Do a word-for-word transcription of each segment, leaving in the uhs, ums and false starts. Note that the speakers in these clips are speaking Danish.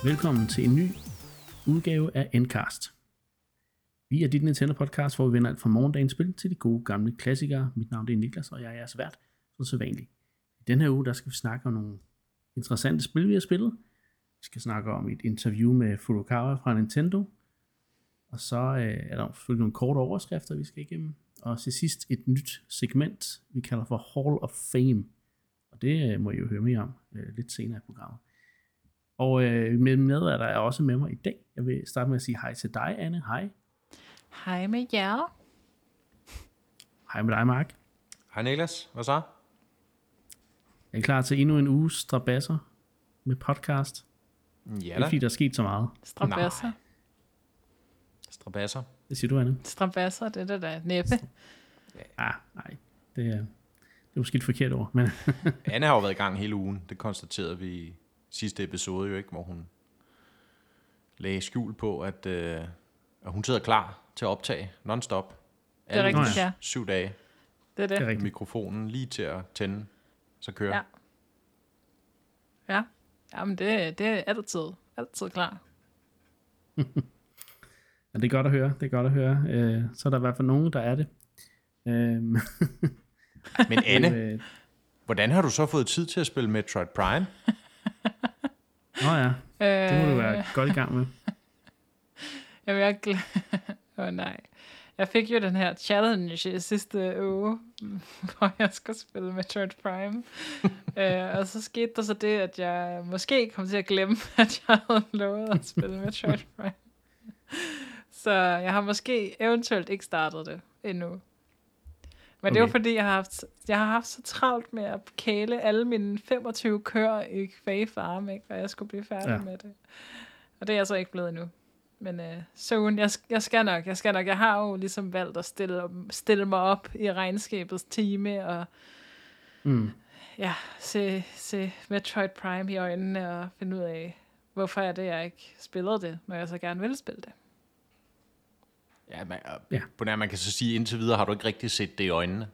Velkommen til en ny udgave af Endcast. Vi er dit Nintendo podcast, hvor vi vender alt fra morgendagens spil til de gode gamle klassikere. Mit navn er Niklas, og jeg er jeres vært, som sædvanligt. I denne her uge, der skal vi snakke om nogle interessante spil, vi har spillet. Vi skal snakke om et interview med Furukawa fra Nintendo. Og så øh, er der selvfølgelig nogle korte overskrifter, vi skal igennem. Og til sidst et nyt segment, vi kalder for Hall of Fame. Og det øh, må I jo høre mere om øh, lidt senere i programmet. Og øh, med, med er der også med mig i dag. Jeg vil starte med at sige hej til dig, Anne. Hej. Hej med jer. Hej med dig, Mark. Hej Niklas. Hvad så? Er I klar til endnu en uges strabasser med podcast? Ja da. Det er da. fordi, der er sket så meget. Strabasser. Strabasser. Det siger du, Anne? Strabasser, det er der da næppe. Ah, nej. Det er, det er måske et forkert ord. Men Anne har jo været i gang hele ugen. Det konstaterede vi i sidste episode, jo ikke, hvor hun lagde skjul på, at, øh, at hun sidder klar til at optage non-stop. Det er rigtigt, Alle ja. syv dage. Det er det. det er rigtigt. Mikrofonen lige til at tænde, så kører. Ja. Ja. Jamen, det, det er altid, altid klar. Ja, det er godt at høre. Det er godt at høre. Øh, så er der i hvert fald nogen, der er det. Øh, Men Anne, øh, hvordan har du så fået tid til at spille Metroid Prime? Nå ja, det må du Øh, være godt i gang med. Jeg vil ikke gl- Åh oh, nej. Jeg fik jo den her challenge i sidste uge, hvor jeg skulle spille Metroid Prime. uh, og så skete der så det, at jeg måske kom til at glemme, at jeg havde lovet at spille Metroid Prime. Så jeg har måske eventuelt ikke startet det endnu. Men okay. Det var fordi, jeg har, haft, jeg har haft så travlt med at kæle alle mine femogtyve køer i Kvæge Farm, ikke? Og jeg skulle blive færdig ja. med det. Og det er jeg så ikke blevet endnu. Men øh, soon, jeg, jeg skal nok, jeg skal nok. Jeg har jo ligesom valgt at stille, stille mig op i regnskabets time, og Mm. ja, se, se Metroid Prime i øjnene, og finde ud af, hvorfor er det, jeg ikke spiller det, når jeg så gerne vil spille det. Ja, man, Ja. på nær, man kan så sige, indtil videre har du ikke rigtig set det i øjnene.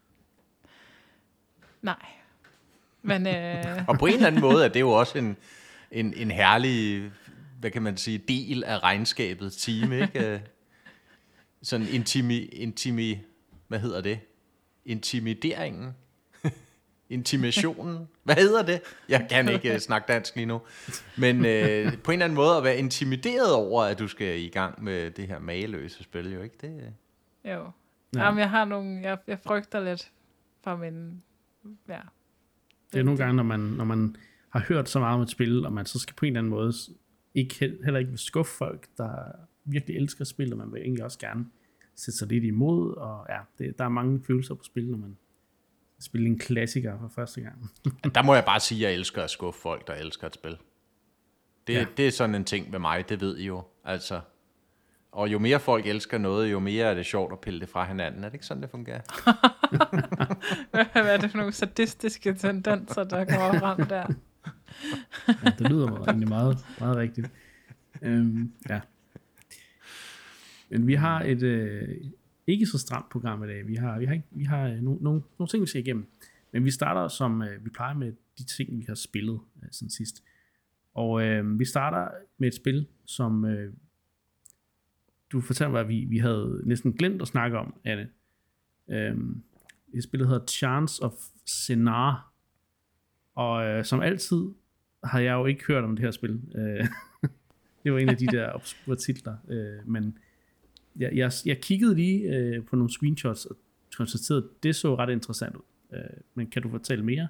Nej. Men øh, Og på en eller anden måde er det jo også en, en, en herlig, hvad kan man sige, del af regnskabet time, ikke? Sådan intimi, intimi, hvad hedder det? Intimideringen. Intimationen. Hvad hedder det? Jeg kan ikke uh, snakke dansk lige nu. Men uh, på en eller anden måde at være intimideret over, at du skal i gang med det her mageløse spil, jo ikke? Det, jo. Ja. Jamen, jeg har nogle, jeg, jeg frygter lidt for min, ja. Det er nogle gange, når man, når man har hørt så meget om et spil, og man så skal på en eller anden måde ikke, heller ikke vil skuffe folk, der virkelig elsker spil, og man vil egentlig også gerne sætte sig lidt imod, og ja, det, der er mange følelser på spil, når man spiller en klassiker for første gang. der må jeg bare sige, at jeg elsker at skuffe folk, der elsker et spil. Det, Ja. ja. det er sådan en ting med mig, det ved I jo. Altså, og jo mere folk elsker noget, jo mere er det sjovt at pille det fra hinanden. Er det ikke sådan, det fungerer? Hvad er det for nogle sadistiske tendenser, der kommer frem der? Ja, det lyder meget, egentlig meget, meget rigtigt. Øhm, ja. Men vi har et øh, ikke så stramt program i dag. Vi har, vi har, ikke, vi har øh, nogle, nogle, nogle ting, vi skal igennem. Men vi starter, som øh, vi plejer med de ting, vi har spillet øh, siden sidst. Og øh, vi starter med et spil, som øh, du fortæller mig, at vi, vi havde næsten glemt at snakke om, Anne. Øh, et spil, der hedder Chants of Sennaar. Og øh, som altid har jeg jo ikke hørt om det her spil. Øh, det var en af de der obskure titler. Øh, men jeg, jeg, jeg kiggede lige øh, på nogle screenshots og konstaterede, at det så ret interessant ud. Øh, men kan du fortælle mere?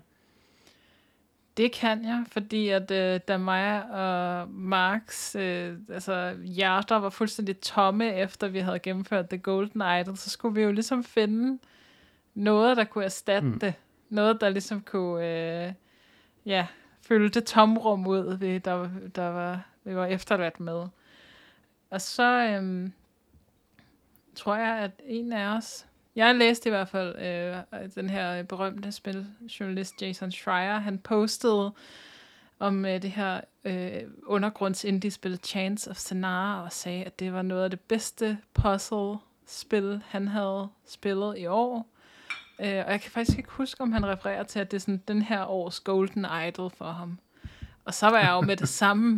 Det kan jeg, fordi at øh, da mig og Marks øh, altså, hjerter var fuldstændig tomme, efter vi havde gennemført The Golden Idol, så skulle vi jo ligesom finde noget, der kunne erstatte mm. det. Noget, der ligesom kunne øh, ja, fylde det tomrum ud, vi, der, der var, vi var efterladt med. Og så øh, tror jeg, at en af os... Jeg læste i hvert fald øh, den her berømte spiljournalist Jason Schreier. Han postede om øh, det her øh, undergrunds-indie-spil Chants of Sennaar og sagde, at det var noget af det bedste puzzle-spil, han havde spillet i år. Øh, og jeg kan faktisk ikke huske, om han refererer til, at det er sådan den her års Golden Idol for ham. Og så var jeg jo med det samme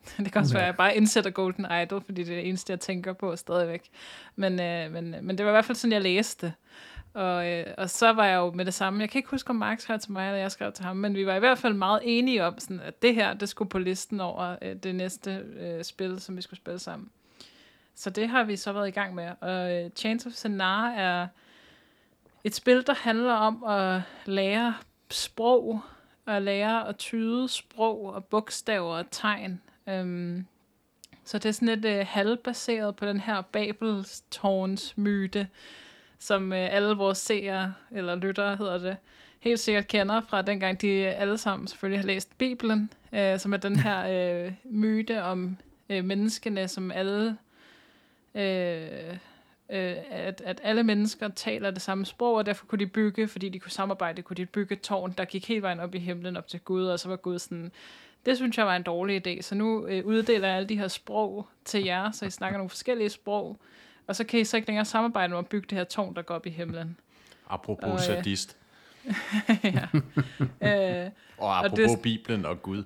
Det kan også være, at jeg bare indsætter Golden Idol, fordi det er det eneste, jeg tænker på stadigvæk. Men, øh, men, men det var i hvert fald sådan, jeg læste. Og, øh, og så var jeg jo med det samme. Jeg kan ikke huske, om Mark skrev til mig, eller jeg skrev til ham, men vi var i hvert fald meget enige om, sådan, at det her, det skulle på listen over øh, det næste øh, spil, som vi skulle spille sammen. Så det har vi så været i gang med. Og øh, Chains of Sennaar er et spil, der handler om at lære sprog, og lære at tyde sprog og bogstaver og tegn. Um, så det er sådan lidt uh, halvbaseret på den her Babelstårns myte, som uh, alle vores seere, eller lyttere hedder det, helt sikkert kender fra dengang de alle sammen selvfølgelig har læst Bibelen, uh, som er den her uh, myte om uh, menneskene, som alle... Uh, At, at alle mennesker taler det samme sprog, og derfor kunne de bygge, fordi de kunne samarbejde, kunne de bygge et tårn, der gik helt vejen op i himlen, op til Gud, og så var Gud sådan, det synes jeg var en dårlig idé, så nu øh, uddeler jeg alle de her sprog til jer, så I snakker nogle forskellige sprog, og så kan I så ikke længere samarbejde om at bygge det her tårn, der går op i himlen. Apropos og, sadist. ja. øh, og apropos og det... Bibelen og Gud.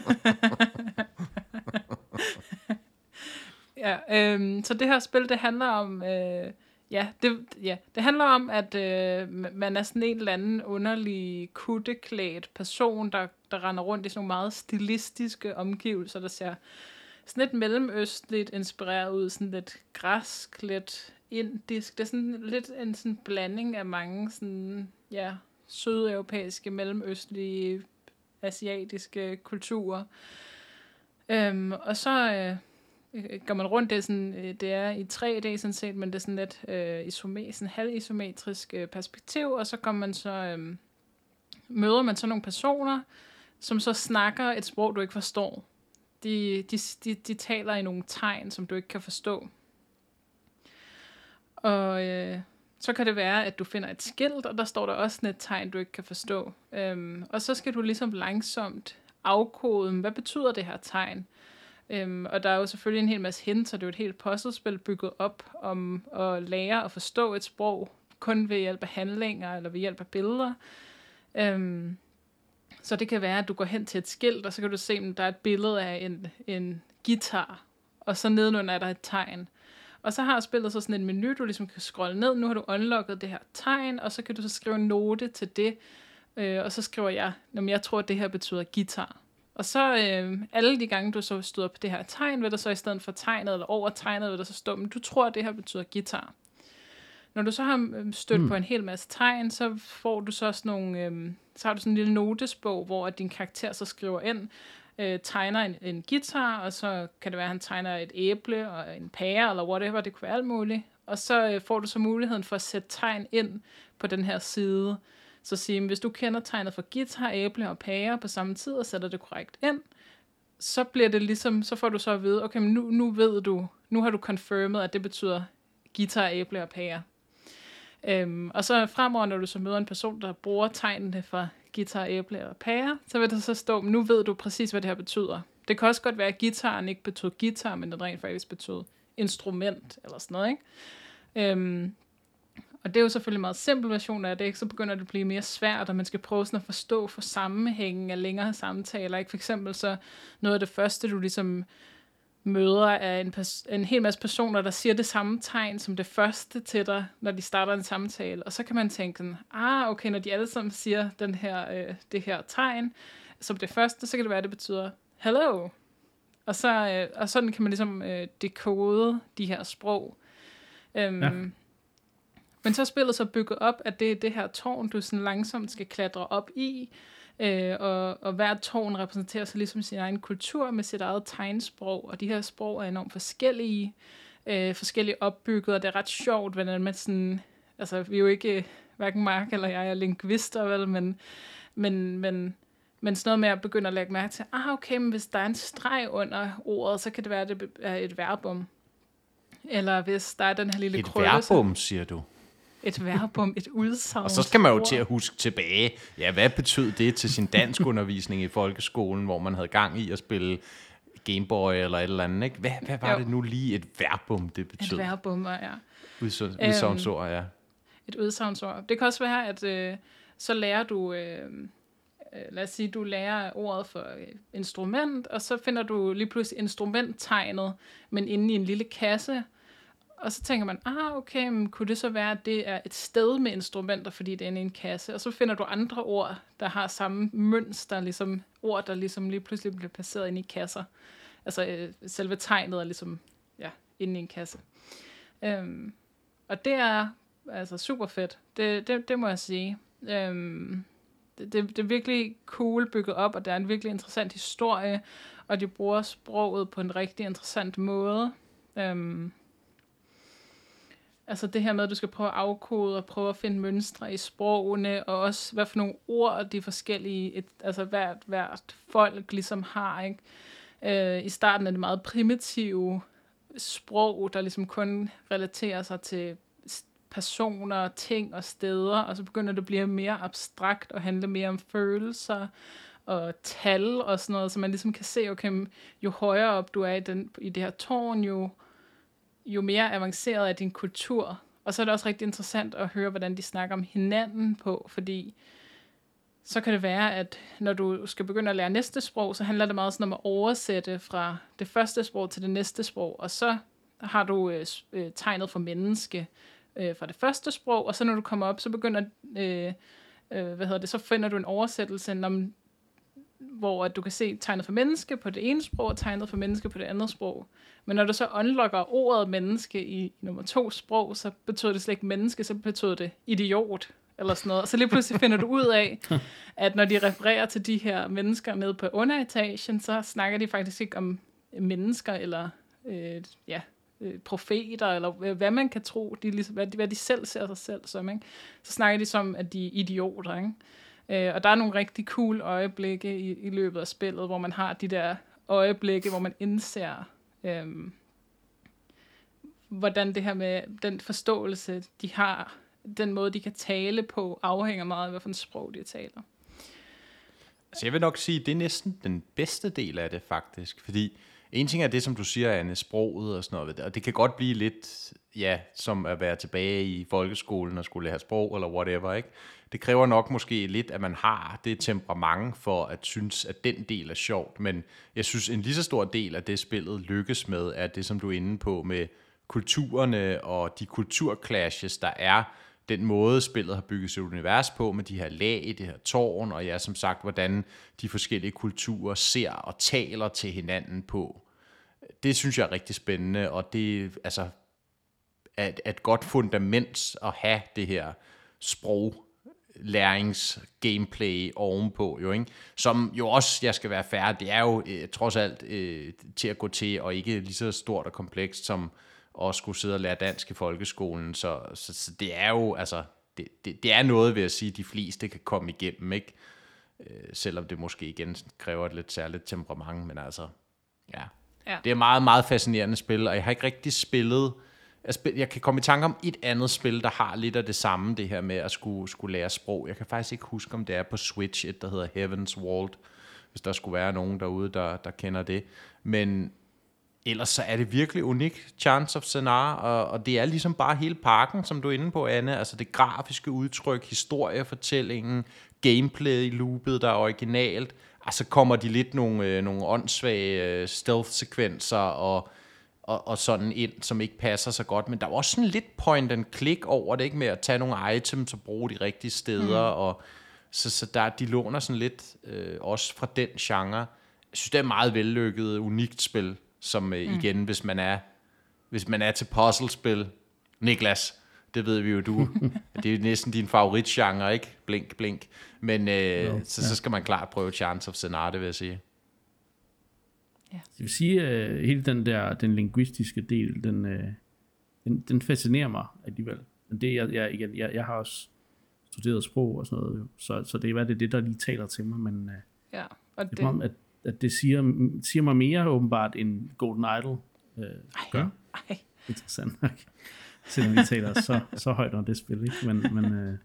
Ja, øhm, så det her spil, det handler om, øh, ja, det, ja, det handler om, at øh, man er sådan en eller anden underlig kutteklædt person, der, der render rundt i sådan nogle meget stilistiske omgivelser, der ser sådan lidt mellemøstligt inspireret ud, sådan lidt græsk, lidt indisk. Det er sådan lidt en sådan blanding af mange sådan, ja, sydeuropæiske, mellemøstlige, asiatiske kulturer. Øhm, og så... Øh, går man rundt, det er, sådan, det er i tre D sådan set, men det er sådan lidt øh, isome, sådan halvisometrisk øh, perspektiv, og så kommer man så, øh, møder man så nogle personer, som så snakker et sprog, du ikke forstår. De, de, de, de taler i nogle tegn, som du ikke kan forstå. Og øh, så kan det være, at du finder et skilt, og der står der også et tegn, du ikke kan forstå. Øhm, og så skal du ligesom langsomt afkode, hvad betyder det her tegn? Um, og der er jo selvfølgelig en hel masse hint, så det er jo et helt puzzlespil bygget op om at lære at forstå et sprog, kun ved hjælp af handlinger eller ved hjælp af billeder. Um, så det kan være, at du går hen til et skilt, og så kan du se, at der er et billede af en, en guitar, og så nedenunder er der et tegn. Og så har spillet så sådan en menu, du ligesom kan scrolle ned. Nu har du unlocket det her tegn, og så kan du så skrive en note til det, uh, og så skriver jeg, at jeg tror, at det her betyder guitar. Og så øh, alle de gange, du så støder på det her tegn, vil der så i stedet for tegnet, eller over tegnet, vil der så stå, men du tror, at det her betyder guitar. Når du så har stødt mm. på en hel masse tegn, så får du så sådan nogle, øh, så har du sådan en lille notesbog, hvor din karakter så skriver ind, øh, tegner en, en guitar, og så kan det være, at han tegner et æble, og en pære, eller whatever, det kunne være alt muligt. Og så øh, får du så muligheden for at sætte tegn ind på den her side. Så sige, hvis du kender tegnet for guitar, æble og pære på samme tid, og sætter det korrekt ind, så bliver det ligesom, så får du så at vide, okay, men nu, nu ved du, nu har du confirmed, at det betyder guitar, æble og pære. Øhm, og så fremover, når du så møder en person, der bruger tegnene for guitar, æble og pære, så vil det så stå, nu ved du præcis, hvad det her betyder. Det kan også godt være, at guitaren ikke betyder guitar, men den rent faktisk betyder instrument, eller sådan noget, ikke? Øhm, Og det er jo selvfølgelig en meget simpel version af det, ikke? Så begynder det at blive mere svært, og man skal prøve sådan at forstå for sammenhængen af længere samtaler. Ikke? For eksempel så noget af det første, du ligesom møder, er en, pers- en hel masse personer, der siger det samme tegn som det første til dig, når de starter en samtale. Og så kan man tænke sådan, ah, okay, når de alle sammen siger den her, øh, det her tegn som det første, så kan det være, at det betyder hello. Og, så, øh, og sådan kan man ligesom øh, dekode de her sprog. Øhm, ja. Men så er spillet så bygget op, at det er det her tårn, du sådan langsomt skal klatre op i, øh, og, og hvert tårn repræsenterer så ligesom sin egen kultur med sit eget tegnsprog, og de her sprog er enormt forskellige, øh, forskellige opbygget, og det er ret sjovt, hvordan man sådan, altså vi er jo ikke, hverken Mark eller jeg er lingvister, vel, men, men, men, men sådan noget med at begynde at lægge mærke til, ah okay, men hvis der er en streg under ordet, så kan det være, at det er et verbum. Eller hvis der er den her lille et krølle. Et verbum, siger du? Et verbum, et udsagn. Og så skal man jo til at huske tilbage, ja, hvad betød det til sin danskundervisning i folkeskolen, hvor man havde gang i at spille Gameboy eller et eller andet, ikke? Hvad, hvad var jo. det nu lige et verbum, det betød? Et verbum, ja. Udsagnsord, ja. Et udsagnsord. Det kan også være, at øh, så lærer du, øh, lad os sige, du lærer ordet for instrument, og så finder du lige pludselig instrumenttegnet, men inde i en lille kasse, og så tænker man, ah, okay, men kunne det så være, at det er et sted med instrumenter, fordi det er inde i en kasse, og så finder du andre ord, der har samme mønster, ligesom ord, der ligesom lige pludselig bliver placeret inde i kasser. Altså øh, selve tegnet er ligesom, ja, inde i en kasse. Øhm, og det er altså super fedt, det, det, det må jeg sige. Øhm, det, det, det er virkelig cool bygget op, og det er en virkelig interessant historie, og de bruger sproget på en rigtig interessant måde. Øhm, altså det her med, at du skal prøve at afkode og prøve at finde mønstre i sprogene, og også hvad for nogle ord de forskellige, et, altså hvert, hvert folk ligesom har, ikke? Øh, I starten er det meget primitive sprog, der ligesom kun relaterer sig til personer, ting og steder, og så begynder det at blive mere abstrakt og handle mere om følelser og tal og sådan noget, så man ligesom kan se, okay, jo højere op du er i, den, i det her tårn, jo, jo mere avanceret er din kultur. Og så er det også rigtig interessant at høre, hvordan de snakker om hinanden på, fordi så kan det være, at når du skal begynde at lære næste sprog, så handler det meget sådan om at oversætte fra det første sprog til det næste sprog, og så har du øh, tegnet for menneske øh, fra det første sprog, og så når du kommer op, så begynder, øh, øh, hvad hedder det, så finder du en oversættelse, når, hvor du kan se tegnet for menneske på det ene sprog, og tegnet for menneske på det andet sprog. Men når du så unlocker ordet menneske i nummer to sprog, så betyder det slet ikke menneske, så betyder det idiot, eller sådan noget. Og så lige pludselig finder du ud af, at når de refererer til de her mennesker nede på underetagen, så snakker de faktisk ikke om mennesker, eller øh, ja, øh, profeter, eller hvad man kan tro, de, ligesom, hvad, de, hvad de selv ser sig selv som. Ikke? Så snakker de som, at de er idioter. Ikke? Øh, og der er nogle rigtig cool øjeblikke i, i løbet af spillet, hvor man har de der øjeblikke, hvor man indser, øh, hvordan det her med den forståelse, de har, den måde, de kan tale på, afhænger meget af, hvad for en sprog de taler. Altså jeg vil nok sige, det er næsten den bedste del af det faktisk, fordi en ting er det, som du siger, Anne, sproget og sådan noget, og det kan godt blive lidt, ja, som at være tilbage i folkeskolen og skulle lære sprog eller whatever, ikke? Det kræver nok måske lidt, at man har det temperament for at synes, at den del er sjovt, men jeg synes, en lige så stor del af det spillet lykkes med, er det, som du er inde på med kulturerne og de kulturclashes, der er, den måde, spillet har bygget sit univers på, med de her lag i det her tårn, og ja, som sagt, hvordan de forskellige kulturer ser og taler til hinanden på. Det synes jeg er rigtig spændende, og det altså, er et, et godt fundament at have det her sproglæringsgameplay ovenpå, jo, ikke? Som jo også, jeg skal være fair, det er jo eh, trods alt eh, til at gå til, og ikke lige så stort og komplekst som og skulle sidde og lære dansk i folkeskolen, så, så, så det er jo, altså, det, det, det er noget, vil jeg sige, de fleste kan komme igennem, ikke? Øh, selvom det måske igen kræver et lidt særligt temperament, men altså, ja. ja. Det er meget, meget fascinerende spil, og jeg har ikke rigtig spillet, jeg, spil, jeg kan komme i tanke om et andet spil, der har lidt af det samme, det her med at skulle, skulle lære sprog. Jeg kan faktisk ikke huske, om det er på Switch, et der hedder Heaven's Vault, hvis der skulle være nogen derude, der, der kender det, men ellers så er det virkelig unikt, Chants of Sennaar, og, og det er ligesom bare hele pakken, som du er inde på, Anne. Altså det grafiske udtryk, historiefortællingen, gameplay-loopet, der er originalt. Altså kommer de lidt nogle, øh, nogle åndssvage stealth-sekvenser og, og, og sådan ind, som ikke passer så godt. Men der er også sådan lidt point and click over det, ikke, med at tage nogle items og bruge de rigtige steder. Mm. Og, så så der, de låner sådan lidt øh, også fra den genre. Jeg synes, det er et meget vellykket, unikt spil. Som øh, igen, mm. hvis man er hvis man er til puzzlespil, Niklas, det ved vi jo du, det er næsten din favoritgenre, ikke? Blink, blink. Men øh, no, så, ja. så skal man klart prøve Chants of Sennaar, det vil jeg sige. Ja. Jeg vil sige, at uh, hele den der den linguistiske del, den, uh, den, den fascinerer mig alligevel. Men det jeg, jeg, igen, jeg, jeg har også studeret sprog og sådan noget, så, så det er det, det der lige taler til mig, men uh, ja, og det er om, at at det siger, siger mig mere åbenbart end Golden Idol øh, gør. Ej. Interessant nok. Selvom vi taler så, så højt om det spil, ikke? Men, men øh,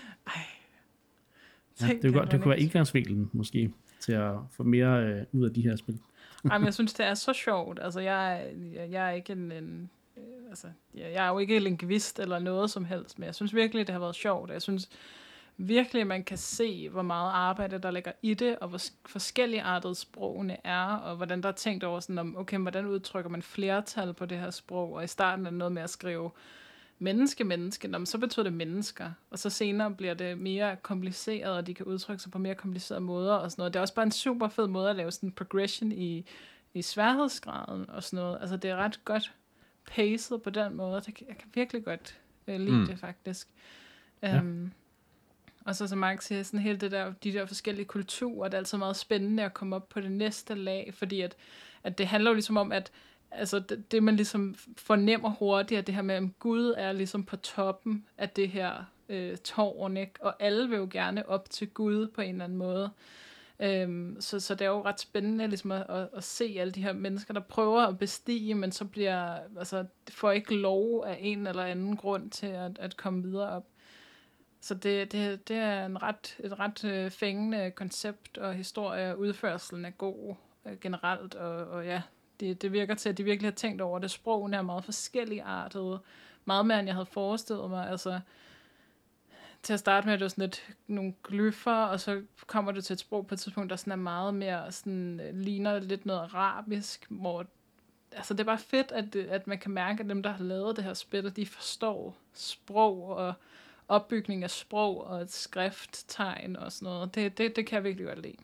ja, det, det, godt, det kunne være indgangsvinklen måske til at få mere øh, ud af de her spil. Ej, men jeg synes, det er så sjovt. Altså, jeg, jeg, jeg er ikke en, en altså, jeg, jeg er jo ikke lingvist eller noget som helst, men jeg synes virkelig, det har været sjovt. Jeg synes, virkelig, man kan se, hvor meget arbejde, der ligger i det, og hvor forskellige artede sprogene er, og hvordan der er tænkt over sådan om, okay, hvordan udtrykker man flertal på det her sprog, og i starten er det noget med at skrive menneske, menneske, nå, så betyder det mennesker, og så senere bliver det mere kompliceret, og de kan udtrykke sig på mere komplicerede måder, og sådan noget. Det er også bare en super fed måde at lave sådan en progression i, i sværhedsgraden, og sådan noget. Altså, det er ret godt paced på den måde, det, jeg kan virkelig godt øh, lide mm. det, faktisk. Ja. Um, og så som Mark siger, sådan hele det der, de der forskellige kulturer, det er altid meget spændende at komme op på det næste lag, fordi at, at det handler jo ligesom om, at altså det, det man ligesom fornemmer hurtigt, at det her med, at Gud er ligesom på toppen af det her øh, tårn, ikke? Og alle vil jo gerne op til Gud på en eller anden måde. Øhm, så, så det er jo ret spændende ligesom at, at, at se alle de her mennesker, der prøver at bestige, men så bliver, altså, får ikke lov af en eller anden grund til at, at komme videre op. Så det, det, det er en ret, et ret øh, fængende koncept, og historie, udførelsen er god øh, generelt, og, og ja, det, det virker til, at de virkelig har tænkt over det. Sprogene er meget forskellige artede, meget mere end jeg havde forestillet mig. Altså, til at starte med, at det var sådan lidt nogle glyffer, og så kommer det til et sprog på et tidspunkt, der sådan er meget mere, sådan, ligner lidt noget arabisk, hvor altså, det er bare fedt, at, at man kan mærke, at dem, der har lavet det her spil, de forstår sprog og opbygning af sprog og skrifttegn og sådan noget. Det, det, det kan jeg virkelig godt lide.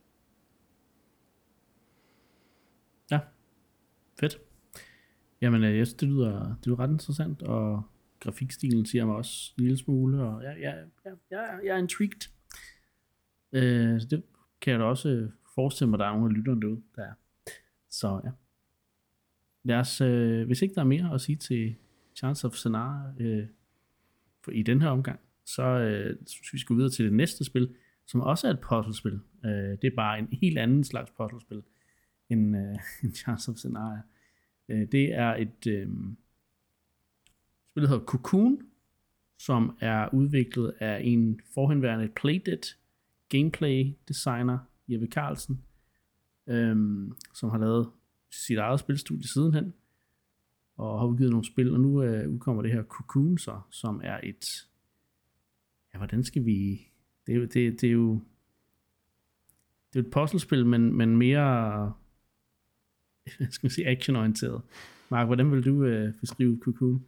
Ja, fedt. Jamen, jeg synes, det lyder, det lyder ret interessant, og grafikstilen siger mig også en lille smule, og jeg, jeg, jeg, jeg, jeg er intrigued. Øh, så det kan jeg da også forestille mig, at der er nogle af lytterne derude, der er. Så ja. Lad os, øh, hvis ikke der er mere at sige til Chants of Sennaar øh, for i den her omgang, så øh, synes vi skal videre til det næste spil, som også er et puzzlespil. Øh, det er bare en helt anden slags puzzlespil, end, øh, end Chants of Sennaar. Øh, det er et øh, spil, der hedder Cocoon, som er udviklet af en forhenværende Playdead gameplay designer, Jeppe Carlsen, øh, som har lavet sit eget spilstudie sidenhen, og har udgivet nogle spil, og nu øh, udkommer det her Cocoon så, som er et, ja, hvordan skal vi, det er jo, det, det er jo, det er jo et puzzlespil, men, men mere, hvad skal man sige, actionorienteret. Mark, hvordan vil du øh, beskrive Cocoon?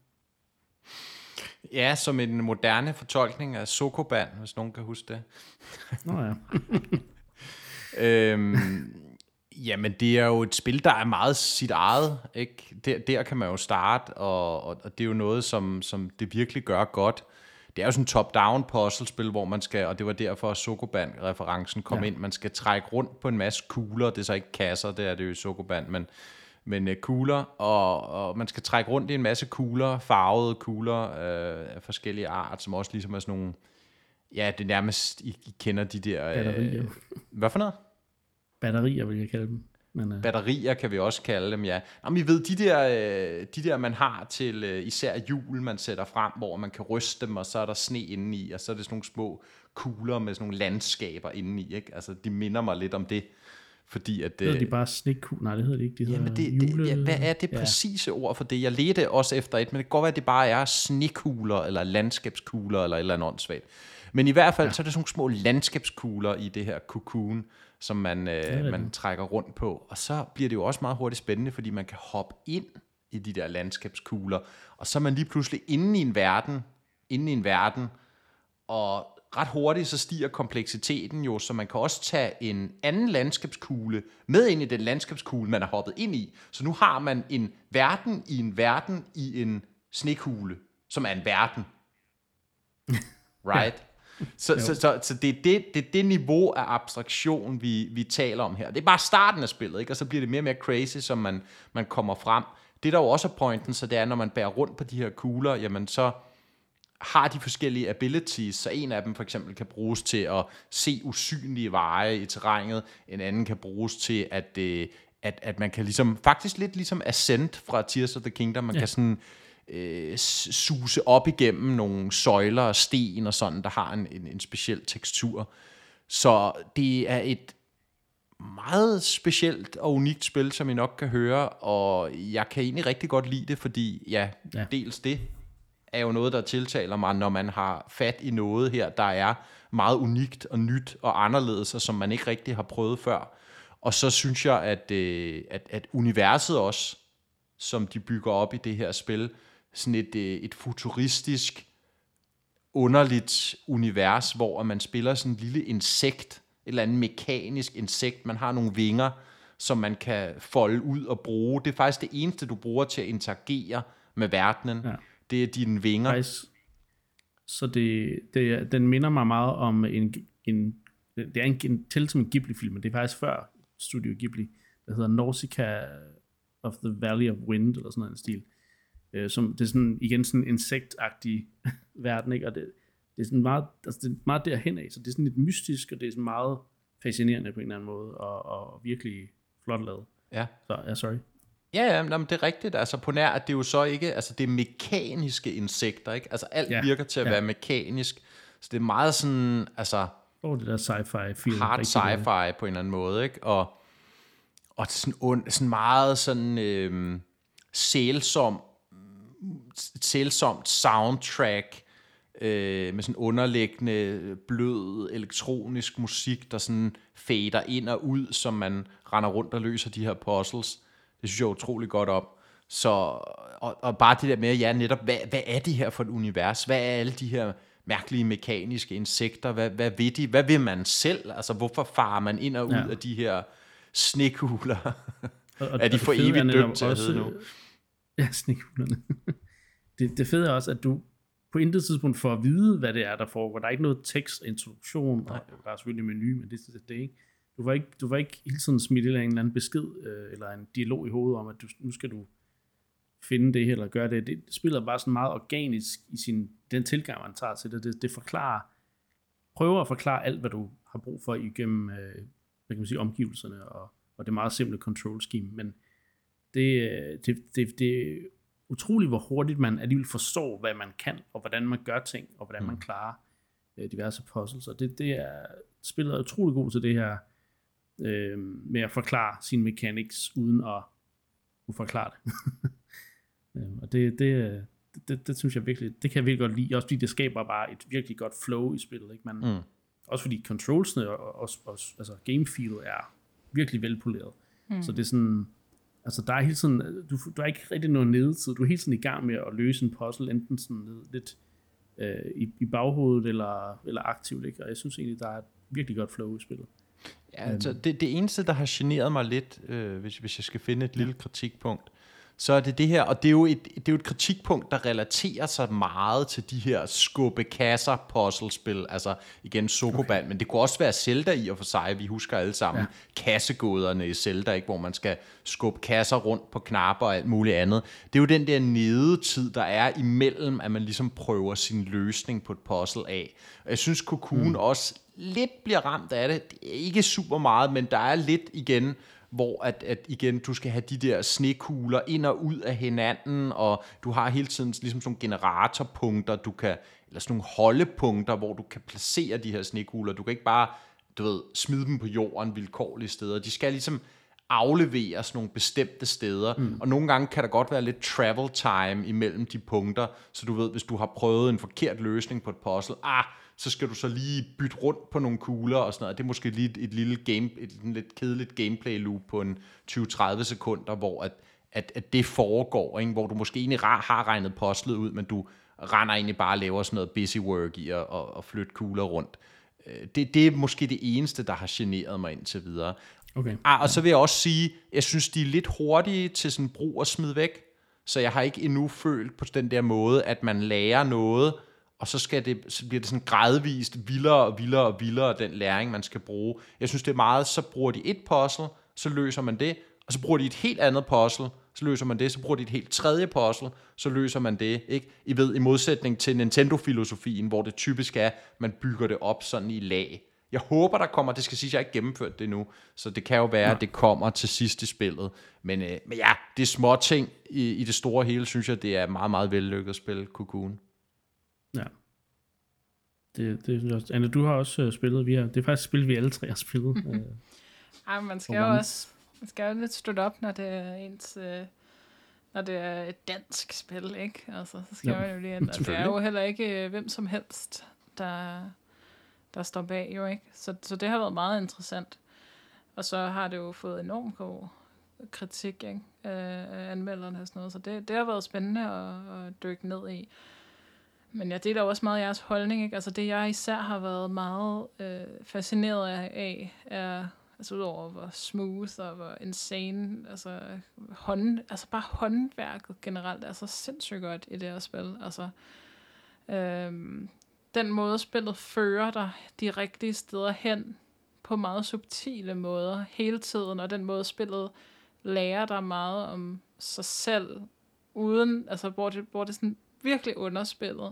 Ja, som en moderne fortolkning af Sokoban, hvis nogen kan huske det. Nå ja. øhm, Jamen, det er jo et spil, der er meget sit eget, ikke? Der, der kan man jo starte, og, og, og det er jo noget, som, som det virkelig gør godt. Det er jo sådan en top-down puzzlespil, hvor man skal, og det var derfor, at Sokoban-referencen kom ja. ind, man skal trække rundt på en masse kugler, det er så ikke kasser, det er det jo i Sokoban, men, men uh, kugler, og, og man skal trække rundt i en masse kugler, farvede kugler øh, af forskellige art, som også ligesom er sådan nogle, ja, det er nærmest, I, I kender de der... Batterier. Øh, hvad for noget? Batterier vil jeg kalde dem. Men, uh... Batterier kan vi også kalde dem, ja. Jamen, I ved, de der, øh, de der man har til øh, især hjul, man sætter frem, hvor man kan ryste dem, og så er der sne indeni, og så er det sådan nogle små kugler med sådan nogle landskaber indeni, ikke? Altså, de minder mig lidt om det, fordi at... Hedder de bare snekugler? Nej, det hedder de ikke. De hedder jamen, det, jule... det, ja, hvad er det ja. præcise ord for det? Jeg ledte også efter et, men det kan godt være, at det bare er snekugler, eller landskabskugler, eller et eller andet åndssvagt. Men i hvert fald, ja. så er det sådan nogle små landskabskugler i det her Cocoon, som man, øh, man trækker rundt på. Og så bliver det jo også meget hurtigt spændende, fordi man kan hoppe ind i de der landskabskugler, og så er man lige pludselig inde i en verden, inde i en verden, og ret hurtigt så stiger kompleksiteten jo, så man kan også tage en anden landskabskugle med ind i den landskabskugle, man er hoppet ind i. Så nu har man en verden i en verden i en snekugle, som er en verden. Right? Ja. Så, så, så, så det, er det, det er det niveau af abstraktion, vi, vi taler om her. Det er bare starten af spillet, ikke? Og så bliver det mere og mere crazy, som man, man kommer frem. Det der jo også er pointen, så det er, når man bærer rundt på de her kugler, jamen så har de forskellige abilities, så en af dem for eksempel kan bruges til at se usynlige veje i terrænet, en anden kan bruges til, at, at, at man kan ligesom, faktisk lidt ligesom Ascent fra Tears of the Kingdom, man ja. kan sådan øh, suse op igennem nogle søjler og sten og sådan, der har en, en, en speciel tekstur. Så det er et meget specielt og unikt spil, som I nok kan høre, og jeg kan egentlig rigtig godt lide det, fordi ja, ja. dels det, er jo noget, der tiltaler mig, når man har fat i noget her, der er meget unikt og nyt og anderledes, og som man ikke rigtig har prøvet før. Og så synes jeg, at, øh, at, at universet også, som de bygger op i det her spil, sådan et, øh, et futuristisk, underligt univers, hvor man spiller sådan en lille insekt, et eller andet mekanisk insekt, man har nogle vinger, som man kan folde ud og bruge. Det er faktisk det eneste, du bruger til at interagere med verdenen. Ja. Det er dine vinger. Faktisk, så det, det, den minder mig meget om en, en det er en, en til som en Ghibli-film, men det er faktisk før Studio Ghibli, der hedder Nausicaa of the Valley of Wind, eller sådan en stil. Øh, som, det er sådan, igen sådan en insektagtig verden, ikke? Og det, det er sådan meget, altså det er meget derhen af, så det er sådan lidt mystisk, og det er sådan meget fascinerende på en eller anden måde, og, og virkelig flot lavet. Ja. Så, ja, sorry. Ja, ja, men det er rigtigt. Altså på nær, at det er jo så ikke, altså det er mekaniske insekter, ikke? Altså alt ja, virker til at ja. være mekanisk. Så det er meget sådan, altså oh, det der sci-fi feel, hard sci-fi på en eller anden måde, ikke? Og, og sådan, und, sådan meget sådan øh, sælsom, sælsomt soundtrack, øh, med sådan underliggende, blød elektronisk musik, der sådan fader ind og ud, som man render rundt og løser de her puzzles. Det synes jeg er utrolig godt om. Så, og, og bare det der med, ja netop, hvad, hvad er det her for et univers? Hvad er alle de her mærkelige mekaniske insekter? Hvad, hvad ved de? Hvad vil man selv? Altså, hvorfor farer man ind og ud ja. af de her snekugler? Og, og, er de for evigt dømt til at hedde nu? Ja, snekuglerne. det, det fede er også, at du på intet tidspunkt får at vide, hvad det er, der foregår. Der er ikke noget tekst, introduktion, og der er selvfølgelig en menu, men det er det ikke. Du var ikke, du var ikke hele tiden smidt en eller anden besked, øh, eller en dialog i hovedet om, at du, nu skal du finde det her, eller gøre det. Det spiller bare sådan meget organisk i sin, den tilgang, man tager til det. Det, det forklarer, prøver at forklare alt, hvad du har brug for igennem, øh, hvad kan man sige, omgivelserne, og, og det meget simple control scheme. Men det, det, det, det er utroligt, hvor hurtigt man alligevel forstår, hvad man kan, og hvordan man gør ting, og hvordan man klarer øh, diverse puzzles. Og det, det er, spillet er utrolig god til det her, Øh, med at forklare sine mechanics uden at uforklare det. øh, og det, det, det, det, det synes jeg virkelig, det kan jeg virkelig godt lide, også fordi det skaber bare et virkelig godt flow i spillet, ikke? Man, mm. Også fordi controlsene og, og, og altså gamefeelet er virkelig velpoleret. Mm. Så det er sådan, altså der er hele tiden, du, du er ikke rigtig noget nedetid, du er hele tiden i gang med at løse en puzzle, enten sådan lidt øh, i, i baghovedet eller, eller aktivt, ikke? Og jeg synes egentlig, der er et virkelig godt flow i spillet. Ja, altså det, det eneste, der har generet mig lidt, øh, hvis, hvis jeg skal finde et lille kritikpunkt, så er det det her, og det er jo et, det er jo et kritikpunkt, der relaterer sig meget til de her skubbe kasser puzzlespil, altså igen Sokoban, okay. Men det kunne også være Zelda i og for sig, vi husker alle sammen ja. kassegåderne i Zelda, ikke, hvor man skal skubbe kasser rundt på knapper og alt muligt andet. Det er jo den der nedetid, der er imellem, at man ligesom prøver sin løsning på et puzzle af. Og jeg synes, Cocoon mm. også lidt bliver ramt af det. Det er ikke super meget, men der er lidt igen, hvor at, at igen, du skal have de der snekugler ind og ud af hinanden, og du har hele tiden ligesom sådan nogle generatorpunkter, du kan, eller sådan nogle holdepunkter, hvor du kan placere de her snekugler. Du kan ikke bare, du ved, smide dem på jorden vilkårlige steder. De skal ligesom afleveres nogle bestemte steder, mm. og nogle gange kan der godt være lidt travel time imellem de punkter, så du ved, hvis du har prøvet en forkert løsning på et puzzle, ah, så skal du så lige bytte rundt på nogle kugler og sådan noget. Det er måske lige et, et lille game, et, et lidt kedeligt gameplay loop på en tyve til tredive sekunder, hvor at, at, at det foregår, ikke? Hvor du måske egentlig har regnet puzzlet ud, men du render egentlig bare og laver sådan noget busy work i at, at, at flytte kugler rundt. Det, det er måske det eneste, der har generet mig indtil videre. Okay. Ah, og så vil jeg også sige, jeg synes, de er lidt hurtige til sådan brug og smid væk, så jeg har ikke endnu følt på den der måde, at man lærer noget, og så, skal det, så bliver det sådan gradvist vildere og vildere og vildere, den læring, man skal bruge. Jeg synes, det er meget, så bruger de et puzzle, så løser man det, og så bruger de et helt andet puzzle, så løser man det, så bruger de et helt tredje puzzle, så løser man det, ikke? I ved, i modsætning til Nintendo-filosofien, hvor det typisk er, man bygger det op sådan i lag. Jeg håber, der kommer, det skal sige, at jeg ikke gennemført det nu, så det kan jo være, ja. at det kommer til sidst i spillet. Men, øh, men ja, det er små ting i, i det store hele, synes jeg, det er meget, meget vellykket at spille Cocoon. Ja. Det, det synes jeg også. Anna, du har også uh, spillet, vi har, det er faktisk et spil, vi alle tre har spillet. uh, Ej, man skal jo også, man skal jo lidt støtte op, når det er ens, uh, når det er et dansk spil, ikke? Altså, så skal Ja, man jo lige ind. Og det er jo heller ikke øh, hvem som helst, der, der står bag, jo ikke? Så, så det har været meget interessant. Og så har det jo fået enormt god kritik, ikke? Af anmelderne og sådan noget. Så det, det har været spændende at, at dykke ned i. Men jeg deler også meget jeres holdning, ikke? Altså det, jeg især har været meget øh, fascineret af, er, altså udover hvor smooth og hvor insane, altså, hånd, altså bare håndværket generelt er så sindssygt godt i det her spil. Altså, øhm, den måde, spillet fører dig de rigtige steder hen, på meget subtile måder hele tiden, og den måde, spillet lærer dig meget om sig selv, uden, altså hvor det, hvor det sådan virkelig underspillet.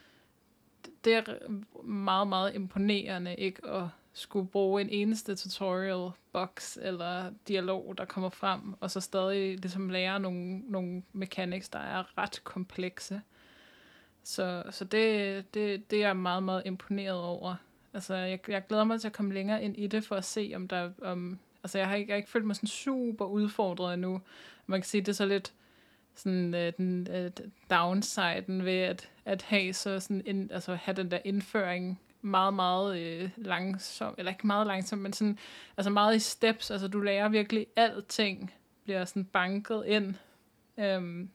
Det er meget, meget imponerende ikke at skulle bruge en eneste tutorial box eller dialog, der kommer frem, og så stadig ligesom lære nogle, nogle mechanics, der er ret komplekse. Så, så det, det, det er jeg meget, meget imponeret over. Altså, jeg, jeg glæder mig til at komme længere ind i det, for at se, om der... Om, altså, jeg har ikke, jeg har ikke følt mig sådan super udfordret endnu. Man kan sige, det er så lidt sådan uh, den uh, downsiden ved at, at have så sådan en, altså have den der indføring meget, meget uh, langsom, eller ikke meget langsom, men sådan, altså meget i steps. Altså, du lærer virkelig alting, bliver sådan banket ind. Um,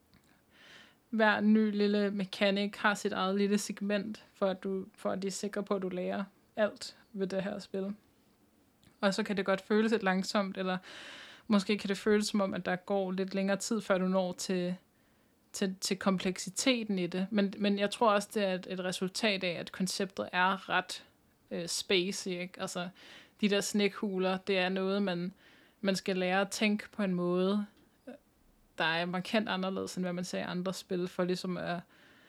hver ny lille mekanik har sit eget lille segment, for at, du, for at de er sikre på, at du lærer alt ved det her spil. Og så kan det godt føles lidt langsomt, eller måske kan det føles som om, at der går lidt længere tid, før du når til, til, til kompleksiteten i det. Men, men jeg tror også, det er et, et resultat af, at konceptet er ret øh, spacey, ikke? Altså, de der snikhuler, det er noget, man, man skal lære at tænke på en måde, der er markant anderledes, end hvad man ser i andre spil, for ligesom at,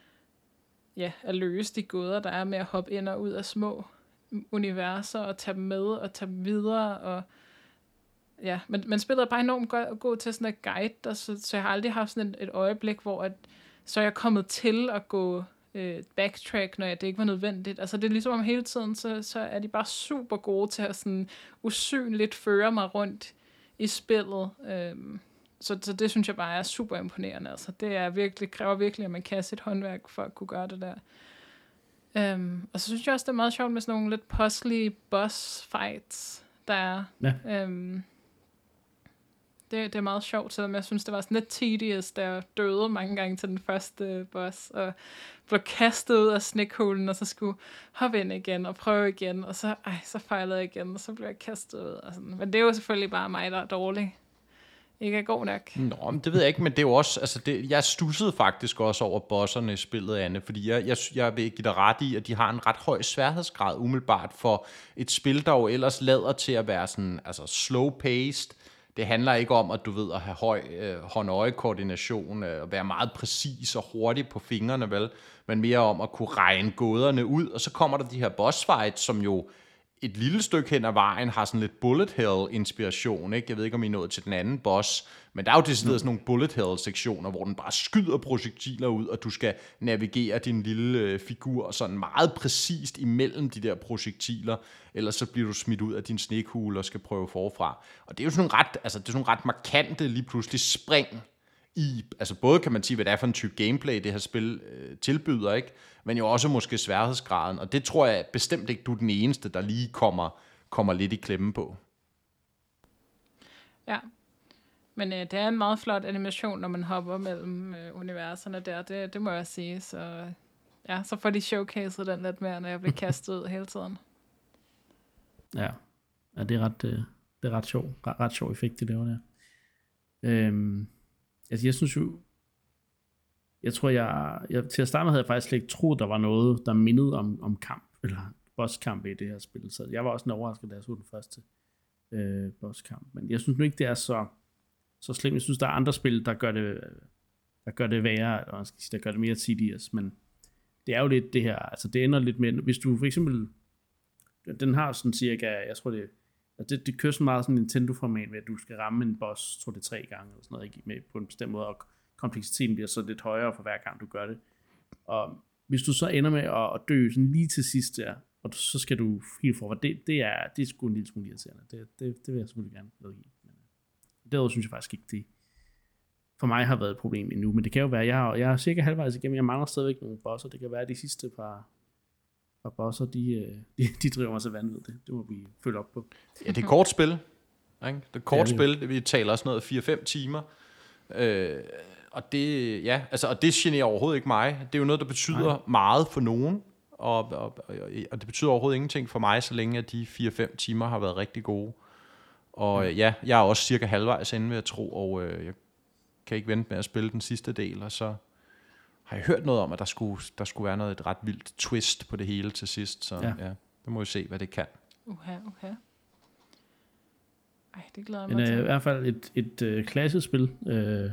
ja, at løse de gåder, der er med at hoppe ind og ud af små universer, og tage dem med, og tage dem videre, og ja, men, men spillet er bare enormt god, god til sådan at guide dig, så, så jeg har aldrig haft sådan et, et øjeblik, hvor at, så er jeg kommet til at gå øh, backtrack, når jeg, det ikke var nødvendigt. Altså det er ligesom om hele tiden, så, så er de bare super gode til at sådan usynligt føre mig rundt i spillet. Øhm, så, så det synes jeg bare er super imponerende. Altså det er virkelig, kræver virkelig, at man kan sit håndværk for at kunne gøre det der. Øhm, og så synes jeg også, det er meget sjovt med sådan nogle lidt puzzly boss fights, der er. Ja. Øhm, det, det er meget sjovt, selvom jeg synes, det var sådan lidt tedious, da jeg døde mange gange til den første boss, og blev kastet ud af snikhulen, og så skulle hoppe ind igen, og prøve igen, og så, ej, så fejlede jeg igen, og så blev jeg kastet ud. Og sådan. Men det er jo selvfølgelig bare mig, der er dårlig. Ikke er god nok. Nå, men det ved jeg ikke, men det er jo også, altså det, jeg stussede faktisk også over bosserne i spillet, Anne, fordi jeg, jeg, jeg vil give dig ret i, at de har en ret høj sværhedsgrad umiddelbart for et spil, der jo ellers lader til at være sådan, altså slow-paced. Det handler ikke om, at du ved at have høj øh, hånd-øje-koordination, øh, og være meget præcis og hurtig på fingrene, vel, men mere om at kunne regne gåderne ud, og så kommer der de her boss fights, som jo et lille stykke hen ad vejen har sådan lidt bullet hell-inspiration, ikke? Jeg ved ikke, om I er nået til den anden boss, men der er jo decideret sådan nogle bullet hell-sektioner, hvor den bare skyder projektiler ud, og du skal navigere din lille øh, figur sådan meget præcist imellem de der projektiler, ellers så bliver du smidt ud af din snekugle og skal prøve forfra. Og det er jo sådan nogle ret, altså det er sådan nogle ret markante lige pludselig spring i, altså både kan man sige, hvad det er for en type gameplay, det her spil øh, tilbyder, ikke? Men jo også måske sværhedsgraden, og det tror jeg bestemt ikke, du er den eneste, der lige kommer, kommer lidt i klemme på. Ja, men øh, det er en meget flot animation, når man hopper mellem øh, universerne der, det, det må jeg sige, så ja, så får de showcaset den lidt mere, når jeg bliver kastet ud hele tiden. Ja, ja det er ret, øh, det er ret sjov, ret, ret sjov effekt, det laver der. Øhm, altså jeg synes jo, jeg tror, jeg, jeg til at starte med havde jeg faktisk slet ikke troet, der var noget, der mindede om, om kamp, eller bosskamp i det her spil. Så jeg var også en overrasket, da jeg så den første øh, bosskamp. Men jeg synes nu ikke, det er så, så slemt. Jeg synes, der er andre spil, der gør det, der gør det værre, og skal sige, der gør det mere tedious. Men det er jo lidt det her, altså det ender lidt med, hvis du for eksempel, den har sådan cirka, jeg tror det, det, det kører sådan meget sådan Nintendo-format med, at du skal ramme en boss, tror det tre gange, eller sådan noget, ikke? Med, på en bestemt måde, og kompleksiteten bliver så lidt højere for hver gang du gør det. Og hvis du så ender med at, at dø sådan lige til sidst der, og så skal du helt forfra, det, det er det er sgu en lille smule irriterende. Det, det, det vil jeg selvfølgelig gerne medgive. Men derudover synes jeg faktisk ikke, det, for mig har været et problem endnu, men det kan jo være, jeg har, jeg er cirka halvvejs igennem, jeg mangler stadigvæk nogle bosser, det kan være, at de sidste par, par bosser, de, de, de driver mig så vanvittigt, det, det må vi følge op på. Ja, det er kort spil, ikke? Det er kort Ja, det er spil, det, vi taler også noget fire fem timer, øh, og det, ja, altså, og det generer overhovedet ikke mig, det er jo noget, der betyder Nej. meget for nogen, og, og, og, og det betyder overhovedet ingenting for mig, så længe at de fire fem timer har været rigtig gode, og ja, ja jeg er også cirka halvvejs inde, vil jeg tro, og øh, jeg kan ikke vente med at spille den sidste del, og så har jeg hørt noget om, at der skulle, der skulle være noget et ret vildt twist på det hele til sidst, så ja, ja det må vi se, hvad det kan. Uha, uha. Ej, det glæder jeg Men mig øh, til. i hvert fald et, et øh, klassespil, øh,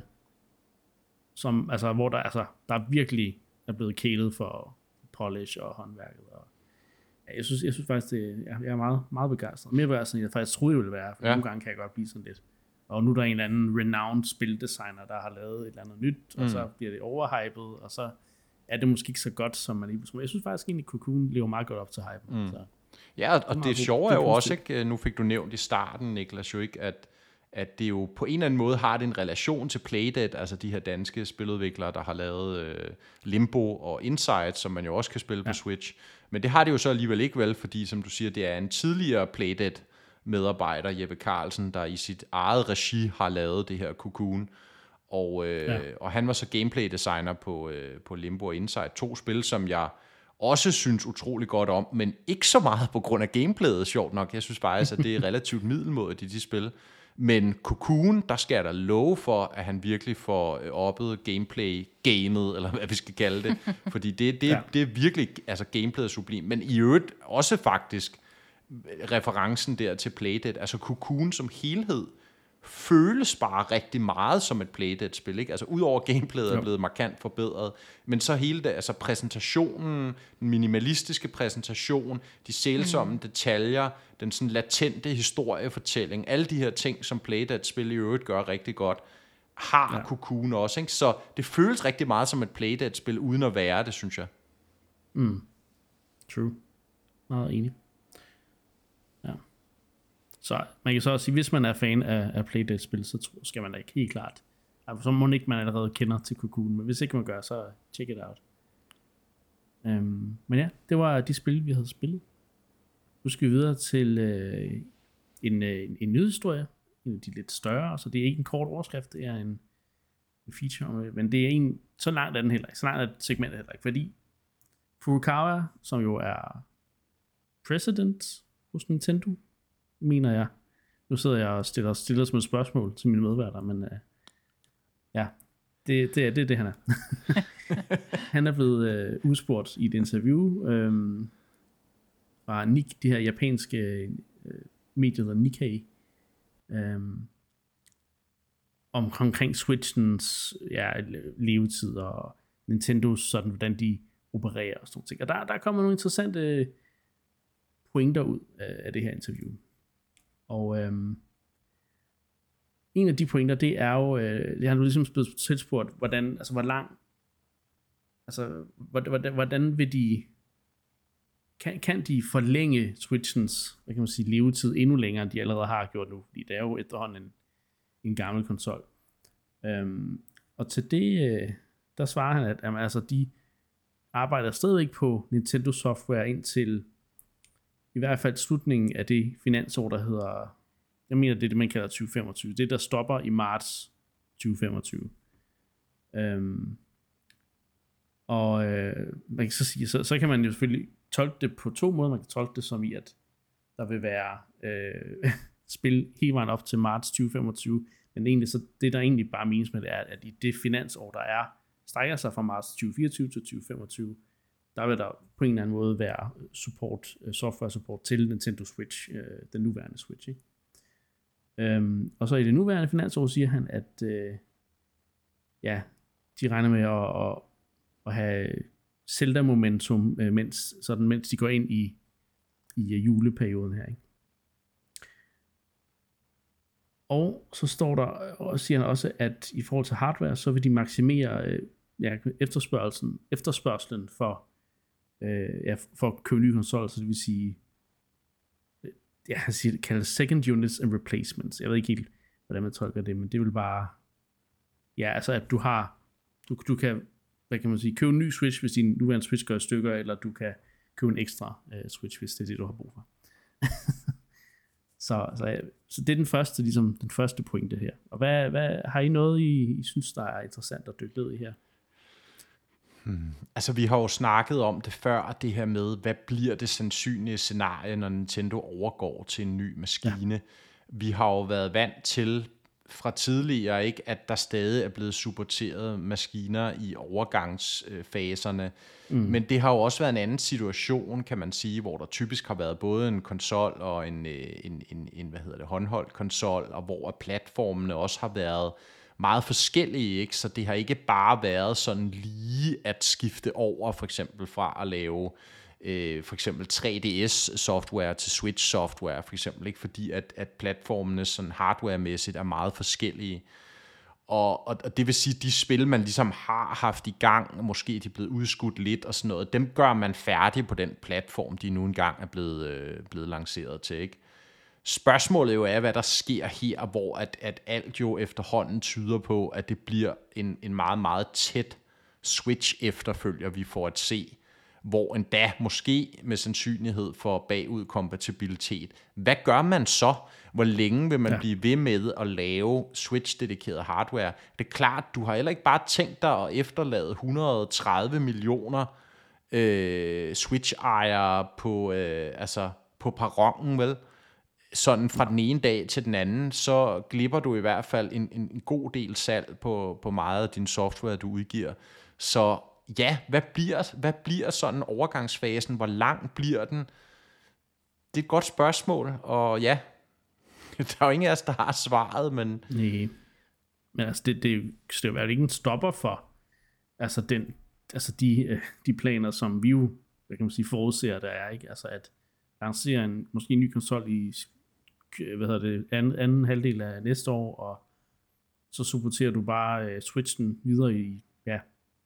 som, altså, hvor der, altså, der virkelig er blevet kælet for polish og håndværket. Og, ja, jeg, synes, jeg synes faktisk, det, jeg, jeg er meget, meget begejstret. Mere begejstret, end jeg faktisk troede, det ville være, for ja. nogle gange kan jeg godt blive sådan lidt. Og nu er der en eller anden renowned spildesigner, der har lavet et eller andet nyt, mm. og så bliver det overhypet, og så er det måske ikke så godt, som man lige tror. Jeg synes faktisk egentlig, at Cocoon lever meget godt op til hypen. Mm. Så. Ja, og, og det, det sjove er jo også, ikke, nu fik du nævnt i starten, Niklas, jo ikke, at, at det jo på en eller anden måde har det en relation til Playdead, altså de her danske spiludviklere, der har lavet øh, Limbo og Inside, som man jo også kan spille ja. på Switch. Men det har det jo så alligevel ikke vel, fordi som du siger, det er en tidligere Playdead medarbejder, Jeppe Carlsen, der i sit eget regi har lavet det her Cocoon. Og, øh, ja. og han var så gameplay designer på, øh, på Limbo og Inside, to spil, som jeg også synes utrolig godt om, men ikke så meget på grund af gameplayet, sjovt nok. Jeg synes faktisk, at det er relativt middelmådigt i de spil. Men Cocoon, der skal jeg da love for, at han virkelig får oppet gameplay-gamet, eller hvad vi skal kalde det. Fordi det, det, ja. det er virkelig altså gameplayet sublim. Men i øvrigt også faktisk referencen der til Playdead, altså Cocoon som helhed, føles bare rigtig meget som et Playdead-spil, ikke? Altså udover gameplayet er blevet markant forbedret, men så hele det, altså præsentationen, den minimalistiske præsentation, de sælsomme mm. detaljer, den sådan latente historiefortælling, alle de her ting, som Playdead-spil i øvrigt gør rigtig godt, har ja. Cocoon også, ikke? Så det føles rigtig meget som et Playdead-spil, uden at være det, synes jeg. Mm. True. Meget enig. Ja. Så man kan så også sige, hvis man er fan af, af Playdead-spil, så tror, skal man da ikke helt klart. Altså, så må ikke man allerede kender til Cocoon, men hvis ikke man gør, så check it out. Um, men ja, det var de spil, vi havde spillet. Nu skal vi videre til øh, en, øh, en nyhedshistorie, en af de lidt større, så det er ikke en kort overskrift, det er en, en feature, men det er en, så langt er den heller ikke, så langt er segmentet heller ikke, fordi Furukawa, som jo er president hos Nintendo, mener jeg. Nu sidder jeg og stiller, stiller som et spørgsmål til mine medværter, men uh, ja, det, det, er, det er det, han er. Han er blevet uh, udspurgt i et interview um, fra Nik, de her japanske uh, medier, der Nikkei, um, om, omkring Switchens ja, levetid og Nintendos, sådan, hvordan de opererer og sådan noget. Og der, der kommer nogle interessante pointer ud af, af det her interview. Og øhm, en af de pointer, det er jo, øh, det har du ligesom blevet tilspurgt, hvordan, altså hvor lang, altså hvordan, hvordan vil de, kan, kan de forlænge Switchens, hvad kan man sige, levetid endnu længere, end de allerede har gjort nu, fordi det er jo efterhånden en, en gammel konsol. Øhm, og til det, øh, der svarer han, at jamen, altså, de arbejder stadigvæk på Nintendo software indtil i hvert fald slutningen af det finansår, der hedder, jeg mener, det er det, man kalder tyve femogtyve. Det, der stopper i marts tyve femogtyve. Øhm, og øh, man kan så sige, så, så kan man jo selvfølgelig tolke det på to måder. Man kan tolke det som i, at der vil være øh, spil hele vejen op til marts tyve femogtyve. Men egentlig, så det, der egentlig bare menes med det, er, at i det finansår, der er, strækker sig fra marts tyve fireogtyve til tyve femogtyve, der vil der på en eller anden måde være support, software support til Nintendo Switch, øh, den nuværende Switch, ikke? Øhm, og så i det nuværende finansår siger han, at øh, ja, de regner med at, at, at have Zelda-momentum, øh, mens, sådan, mens de går ind i, i juleperioden her, ikke? Og så står der, og siger han også, at i forhold til hardware, så vil de maksimere øh, ja, efterspørgselen, efterspørgselen for Øh, ja, for at købe nye konsoller, så det vil sige, ja, han siger, det kaldes second units and replacements. Jeg ved ikke helt, hvordan man tolker det, men det vil bare ja, altså at du har, du, du kan, hvad kan man sige, købe en ny Switch, hvis din nuværende Switch går i stykker, eller du kan købe en ekstra uh, Switch, hvis det er det, du har brug for. så, så, så det er den første, ligesom den første pointe her. Og hvad, hvad har I noget, I, I synes, der er interessant at dykke ned i her? Hmm. Altså, vi har jo snakket om det før, det her med, hvad bliver det sandsynlige scenarie, når Nintendo overgår til en ny maskine. Ja. Vi har jo været vant til fra tidligere, ikke, at der stadig er blevet supporteret maskiner i overgangsfaserne. Mm. Men det har jo også været en anden situation, kan man sige, hvor der typisk har været både en konsol og en, en, en, en hvad hedder det, håndholdt konsol, og hvor platformene også har været meget forskellige, ikke? Så det har ikke bare været sådan lige at skifte over, for eksempel fra at lave øh, for eksempel tre D S-software til Switch-software, for eksempel, ikke? Fordi at, at platformene sådan hardware-mæssigt er meget forskellige. Og, og, og det vil sige, at de spil, man ligesom har haft i gang, måske de er blevet udskudt lidt og sådan noget, dem gør man færdig på den platform, de nu engang er blevet, øh, blevet lanceret til, ikke? Spørgsmålet jo er, hvad der sker her, hvor at, at alt jo efterhånden tyder på, at det bliver en, en meget, meget tæt Switch-efterfølger, vi får at se, hvor endda måske med sandsynlighed for bagudkompatibilitet. Hvad gør man så? Hvor længe vil man ja. blive ved med at lave Switch-dedikeret hardware? Det er klart, du har heller ikke bare tænkt dig at efterlade et hundrede og tredive millioner øh, Switch-ejere på, øh, altså på perronen, vel? Sådan fra den ene dag til den anden, så glipper du i hvert fald en, en, en god del salg på, på meget af din software, du udgiver. Så ja, hvad bliver, hvad bliver sådan overgangsfasen? Hvor lang bliver den? Det er et godt spørgsmål, og ja, der er jo ingen af os, der har svaret, men... Nej, men altså, det, det, det er jo ikke en stopper for altså, den, altså de, de planer, som vi jo, hvad kan man sige, forudser, der er, ikke? Altså at lancere en, måske en ny konsol i hvad hedder det, anden, anden halvdel af næste år, og så supporterer du bare uh, Switchen videre i, ja,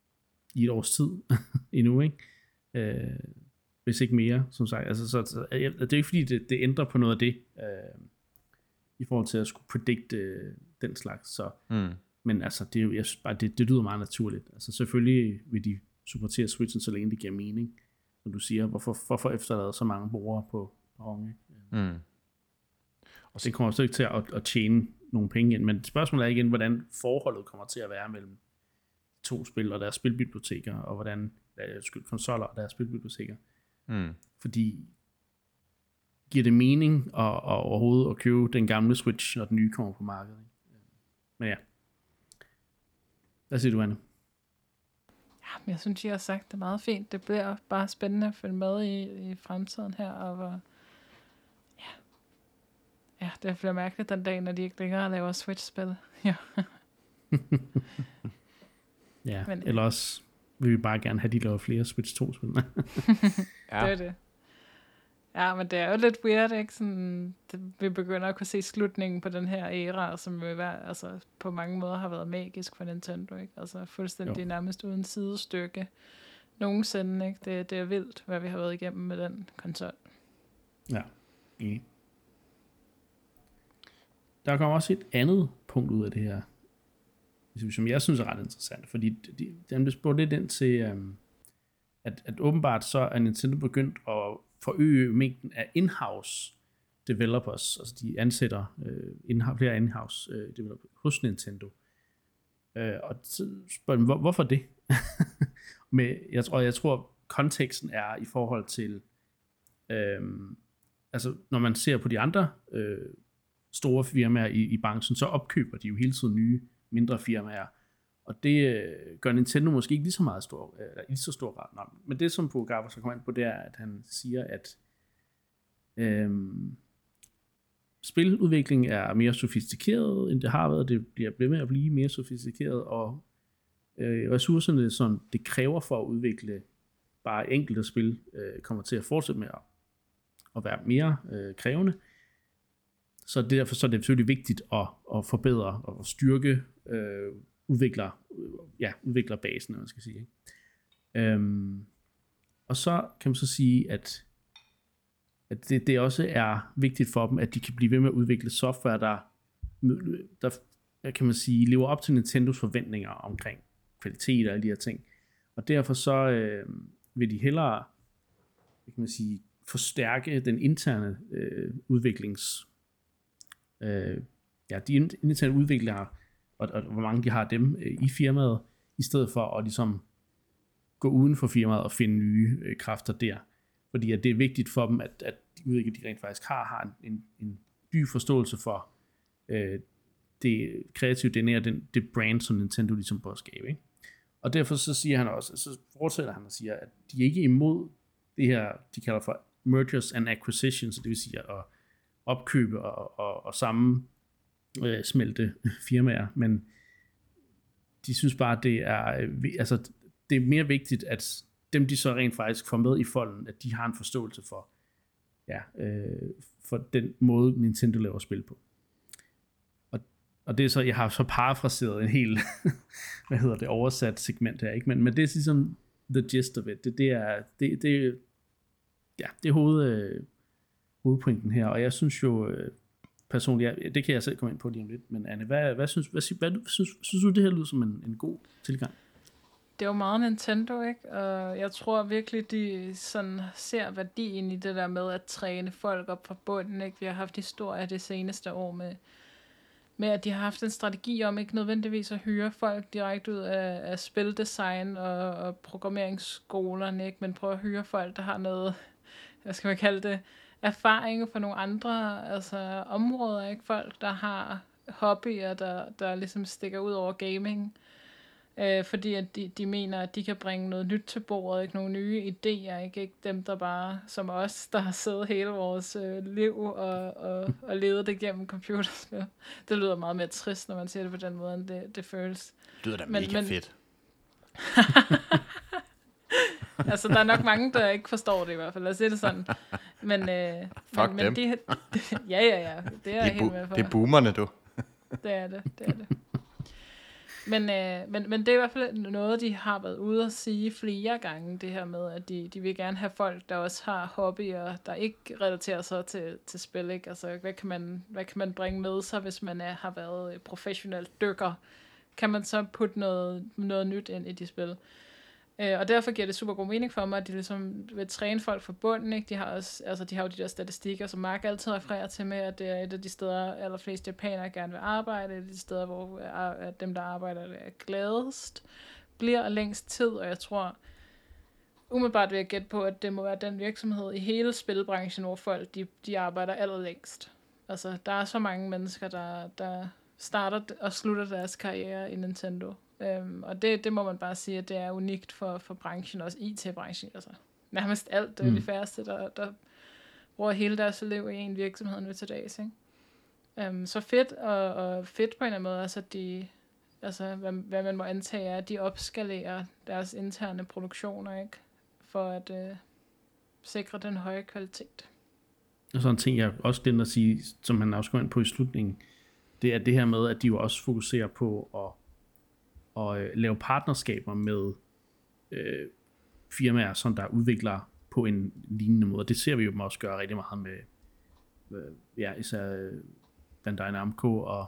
i et års tid endnu, ikke? Uh, hvis ikke mere, som sagt. Altså, så, så, det er ikke fordi, det, det ændrer på noget af det, uh, i forhold til at skulle predikte uh, den slags, så, mm. men altså, det, er jo, jeg synes bare, det, det lyder meget naturligt. Altså, selvfølgelig vil de supportere Switchen, så længe det giver mening, som du siger, hvorfor, hvorfor efterlader så mange brugere på perronen, ikke? Mm. Og det kommer også ikke til at, at tjene nogle penge ind, men spørgsmålet er igen, hvordan forholdet kommer til at være mellem to spil og deres spilbiblioteker, og hvordan uh, konsoller og deres spilbiblioteker. Mm. Fordi giver det mening at, at overhovedet at købe den gamle Switch, når den nye kommer på markedet? Men ja. Hvad siger du, Anne? Ja, men jeg synes, I har sagt det meget fint. Det bliver bare spændende at følge med i, i fremtiden her, og hvor ja, det bliver mærkeligt den dag, når de ikke længere laver Switch-spil. Ja. ja, men, eller også vil vi bare gerne have, at de laver flere Switch to-spil. ja. Det er det. Ja, men det er jo lidt weird, ikke? Sådan, det, vi begynder at kunne se slutningen på den her æra, som vil være, altså, på mange måder har været magisk for Nintendo, ikke? Altså fuldstændig jo. Nærmest uden sidestykke nogensinde, ikke? Det, det er vildt, hvad vi har været igennem med den konsol. Ja, enig. Der kommer også et andet punkt ud af det her, som jeg synes er ret interessant, fordi de, den bliver spurgt lidt ind til, um, at, at åbenbart så er Nintendo begyndt at forøge mængden af in-house developers, altså de ansætter uh, in- flere in-house uh, developers hos Nintendo. Uh, og så spørger de, hvor, hvorfor det? Med, jeg, tror, jeg tror, konteksten er i forhold til, um, altså når man ser på de andre uh, store firmaer i, i branchen, så opkøber de jo hele tiden nye, mindre firmaer. Og det øh, gør Nintendo måske ikke lige så meget stor, eller lige så stor grad. Nå, men det, som Furukawa så kommer ind på, det er, at han siger, at øhm, spiludvikling er mere sofistikeret, end det har været. Det bliver ved med at blive mere sofistikeret, og øh, ressourcerne, som det kræver for at udvikle bare enkelte spil, øh, kommer til at fortsætte med at, at være mere øh, krævende. Så derfor så er det selvfølgelig vigtigt at, at forbedre og styrke øh, udvikler, ja, udviklerbasen, man skal sige. Ikke? Øhm, og så kan man så sige, at, at det, det også er vigtigt for dem, at de kan blive ved med at udvikle software, der, der kan man sige, lever op til Nintendos forventninger omkring kvalitet og alle de her ting. Og derfor så øh, vil de hellere, kan man sige, forstærke den interne øh, udviklings, øh, ja, de interne udviklere, og, og hvor mange de har dem øh, i firmaet, i stedet for at ligesom gå uden for firmaet og finde nye øh, kræfter der. Fordi at det er vigtigt for dem, at, at de udviklere, de rent faktisk har, har en, en, en dyb forståelse for øh, det kreative, det er den, det brand, som Nintendo ligesom bør skabe, ikke? Og derfor så siger han også, så fortsætter han og siger, at de er ikke imod det her, de kalder for mergers and acquisitions, det vil sige at opkøbe og, og, og sammen øh, smelte firmaer, men de synes bare, det er, altså, det er mere vigtigt, at dem, de så rent faktisk får med i folden, at de har en forståelse for, ja, øh, for den måde, Nintendo laver spil på. Og, og det er så, jeg har så parafraseret en hel, hvad hedder det, oversat segment her, ikke? Men, men det er ligesom the gist of it. Det, det er, det, det, ja, det er hoved, øh, hovedpointen her, og jeg synes jo, øh, personligt, ja, det kan jeg selv komme ind på lige om lidt, men Anne, hvad, hvad, synes, hvad, hvad, hvad synes, synes du, det her lyder som en, en god tilgang? Det er jo meget Nintendo, ikke? Og jeg tror virkelig, de sådan ser værdien i det der med at træne folk op fra bunden, ikke? Vi har haft historier det seneste år med, med at de har haft en strategi om ikke nødvendigvis at hyre folk direkte ud af, af spildesign og, og programmeringsskolerne, ikke? Men prøve at hyre folk, der har noget, hvad skal man kalde det, erfaring for nogle andre altså områder, ikke? Folk, der har hobbyer, der, der ligesom stikker ud over gaming. Øh, fordi at de, de mener, at de kan bringe noget nyt til bordet, ikke? Nogle nye idéer, ikke? Ikke dem, der bare, som os, der har siddet hele vores øh, liv og, og, og levet det gennem computerspil. Det lyder meget mere trist, når man siger det på den måde, end det, det føles. Det lyder da men, mega men, fedt. Altså, der er nok mange, der ikke forstår det i hvert fald. Lad os sige det sådan. Men, øh, Fuck men, dem. men de, de, ja, ja, ja. Det er jeg helt med for. Det er boomerne, du. Det er det, det er det. Men, øh, men, men det er i hvert fald noget, de har været ude at sige flere gange, det her med, at de, de vil gerne have folk, der også har hobbyer, der ikke relaterer sig til, til spil, ikke? Altså, hvad kan, man, hvad kan man bringe med sig, hvis man er, har været professionel dykker? Kan man så putte noget, noget nyt ind i de spil? Øh, og derfor giver det super god mening for mig, at de ligesom vil træne folk fra bunden, ikke? De har også, altså de har jo de der statistikker, som Mark altid refererer til med, at det er et af de steder, allerflest japanere gerne vil arbejde, et af de steder, hvor at dem, der arbejder, er gladest, bliver længst tid, og jeg tror, umiddelbart vil jeg gætte på, at det må være den virksomhed i hele spilbranchen, hvor folk, de, de arbejder allerlængst. Altså, der er så mange mennesker, der, der starter og slutter deres karriere i Nintendo. Um, og det, det må man bare sige, at det er unikt for, for branchen, også I T-branchen. Altså, nærmest alt, det er mm. de færreste, der, der bruger hele deres liv i en virksomhed nu til dags. Ikke? Um, så fedt, og, og fedt på en eller anden måde, altså, de, altså hvad, hvad man må antage er, at de opskalerer deres interne produktioner, ikke? For at uh, sikre den høje kvalitet. Og sådan en ting, jeg også glemte at sige, som han også går ind på i slutningen, det er det her med, at de jo også fokuserer på at og øh, lave partnerskaber med øh, firmaer, som der udvikler på en lignende måde. Det ser vi jo også gøre rigtig meget med, med ja, især øh, Bandai Namco og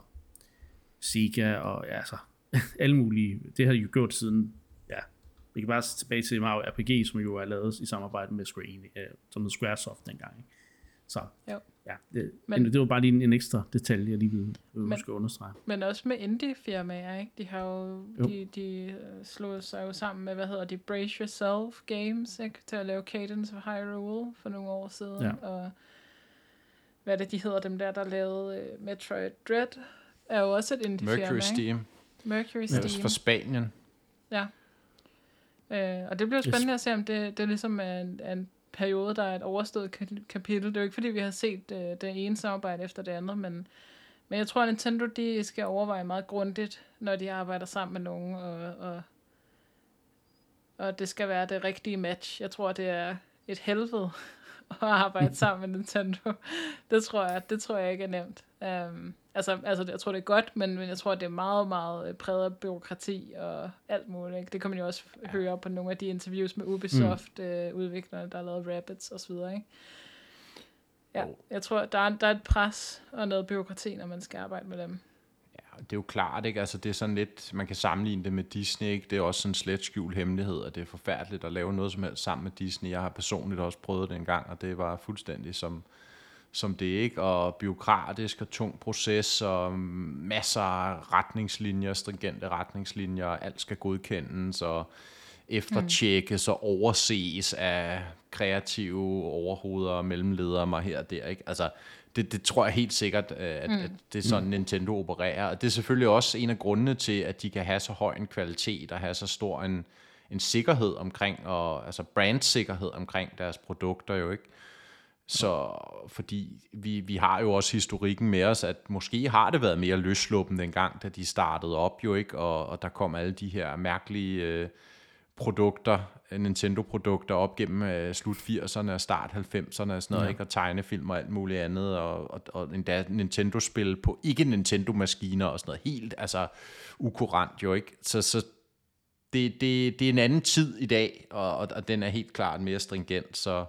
Sega og ja, altså alle mulige. Det har de jo gjort siden, ja, vi kan bare se tilbage til Mario R P G, som jo er lavet i samarbejde med Square, øh, som hed Squaresoft dengang. Ikke? Så jo. Ja, det, men, det var bare lige en, en ekstra detalje, jeg lige vil huske at understrege. Men også med indie-firmaer, ikke? De har jo, jo. De, de slået sig jo sammen med, hvad hedder de, Brace Yourself Games, ikke? Til at lave Cadence of Hyrule for nogle år siden. Ja. Og hvad det, de hedder, dem der, der lavede uh, Metroid Dread, er jo også et indie-firma, Mercury Steam. Mercury Steam. Ja, for Spanien. Ja. Uh, og det bliver spændende yes. at se, om det, det ligesom er en, en periode, der er et overstået kapitel. Det er jo ikke, fordi vi har set uh, det ene samarbejde efter det andet, men, men jeg tror, at Nintendo, de skal overveje meget grundigt, når de arbejder sammen med nogen, og, og, og det skal være det rigtige match. Jeg tror, det er et helvede at arbejde sammen med Nintendo. Det tror jeg, det tror jeg ikke er nemt. Um, altså, altså, jeg tror, det er godt, men, men jeg tror, det er meget, meget præget af byråkrati og alt muligt. Ikke? Det kan man jo også ja. høre på nogle af de interviews med Ubisoft-udviklerne, mm. øh, der har lavet Rabbids og så videre, ikke? Ja, jeg tror, der er, der er et pres og noget byråkrati, når man skal arbejde med dem. Ja, det er jo klart, ikke? Altså det er sådan lidt, man kan sammenligne det med Disney, ikke? Det er også sådan en slet skjult hemmelighed, at det er forfærdeligt at lave noget som helst sammen med Disney. Jeg har personligt også prøvet det en gang, og det var fuldstændig som, som det, ikke? Og bureaukratisk og tung proces, og masser af retningslinjer, stringente retningslinjer, alt skal godkendes, og eftertjekkes og overses af kreative overhoveder og mellemledere mig her og der, ikke? Altså, det, det tror jeg helt sikkert, at, mm. at det er sådan, Nintendo opererer. Og det er selvfølgelig også en af grundene til, at de kan have så høj en kvalitet og have så stor en, en sikkerhed omkring, og, altså brandsikkerhed omkring deres produkter jo, ikke? Så fordi vi, vi har jo også historikken med os, at måske har det været mere løsluppen dengang, da de startede op jo, ikke? Og, og der kom alle de her mærkelige øh, produkter, Nintendo-produkter op gennem øh, slut firserne og start halvfemserne og sådan noget, ja. Ikke? Og tegnefilm og alt muligt andet, og, og, og endda Nintendo-spil på ikke-Nintendo-maskiner og sådan noget, helt altså ukurant jo, ikke? Så, så det, det, det er en anden tid i dag, og, og, og den er helt klart mere stringent, så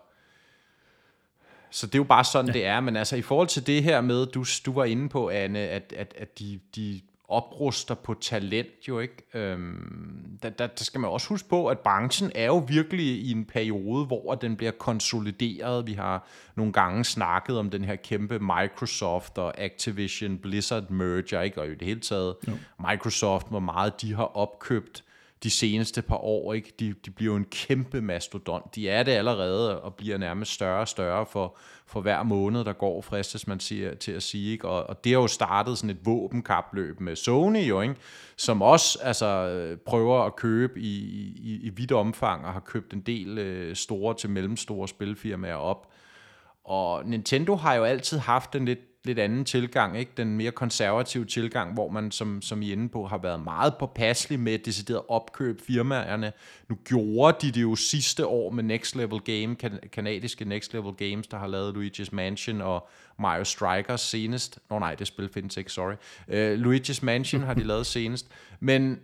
Så det er jo bare sådan, ja. Det er. Men altså i forhold til det her med, du, du var inde på, Anne, at, at, at de, de opruster på talent jo, ikke? Øhm, der, der, der skal man også huske på, at branchen er jo virkelig i en periode, hvor den bliver konsolideret. Vi har nogle gange snakket om den her kæmpe Microsoft og Activision Blizzard merger, ikke? Og i det hele taget jo. Microsoft, hvor meget de har opkøbt de seneste par år, ikke? De, de bliver jo en kæmpe mastodont. De er det allerede, og bliver nærmest større og større for, for hver måned, der går, fristes man siger, til at sige, ikke? Og, og det har jo startet sådan et våbenkapløb med Sony, jo, ikke? Som også altså, prøver at købe i, i, i vidt omfang, og har købt en del øh, store til mellemstore spilfirmaer op. Og Nintendo har jo altid haft en lidt lidt anden tilgang, ikke? Den mere konservative tilgang, hvor man, som, som I er inde på, har været meget påpasselig med decideret opkøb firmaerne. Nu gjorde de det jo sidste år med Next Level Game, kan, kanadiske Next Level Games, der har lavet Luigi's Mansion og Mario Strikers senest. Nå nej, det spil findes ikke, sorry. Uh, Luigi's Mansion har de lavet senest. Men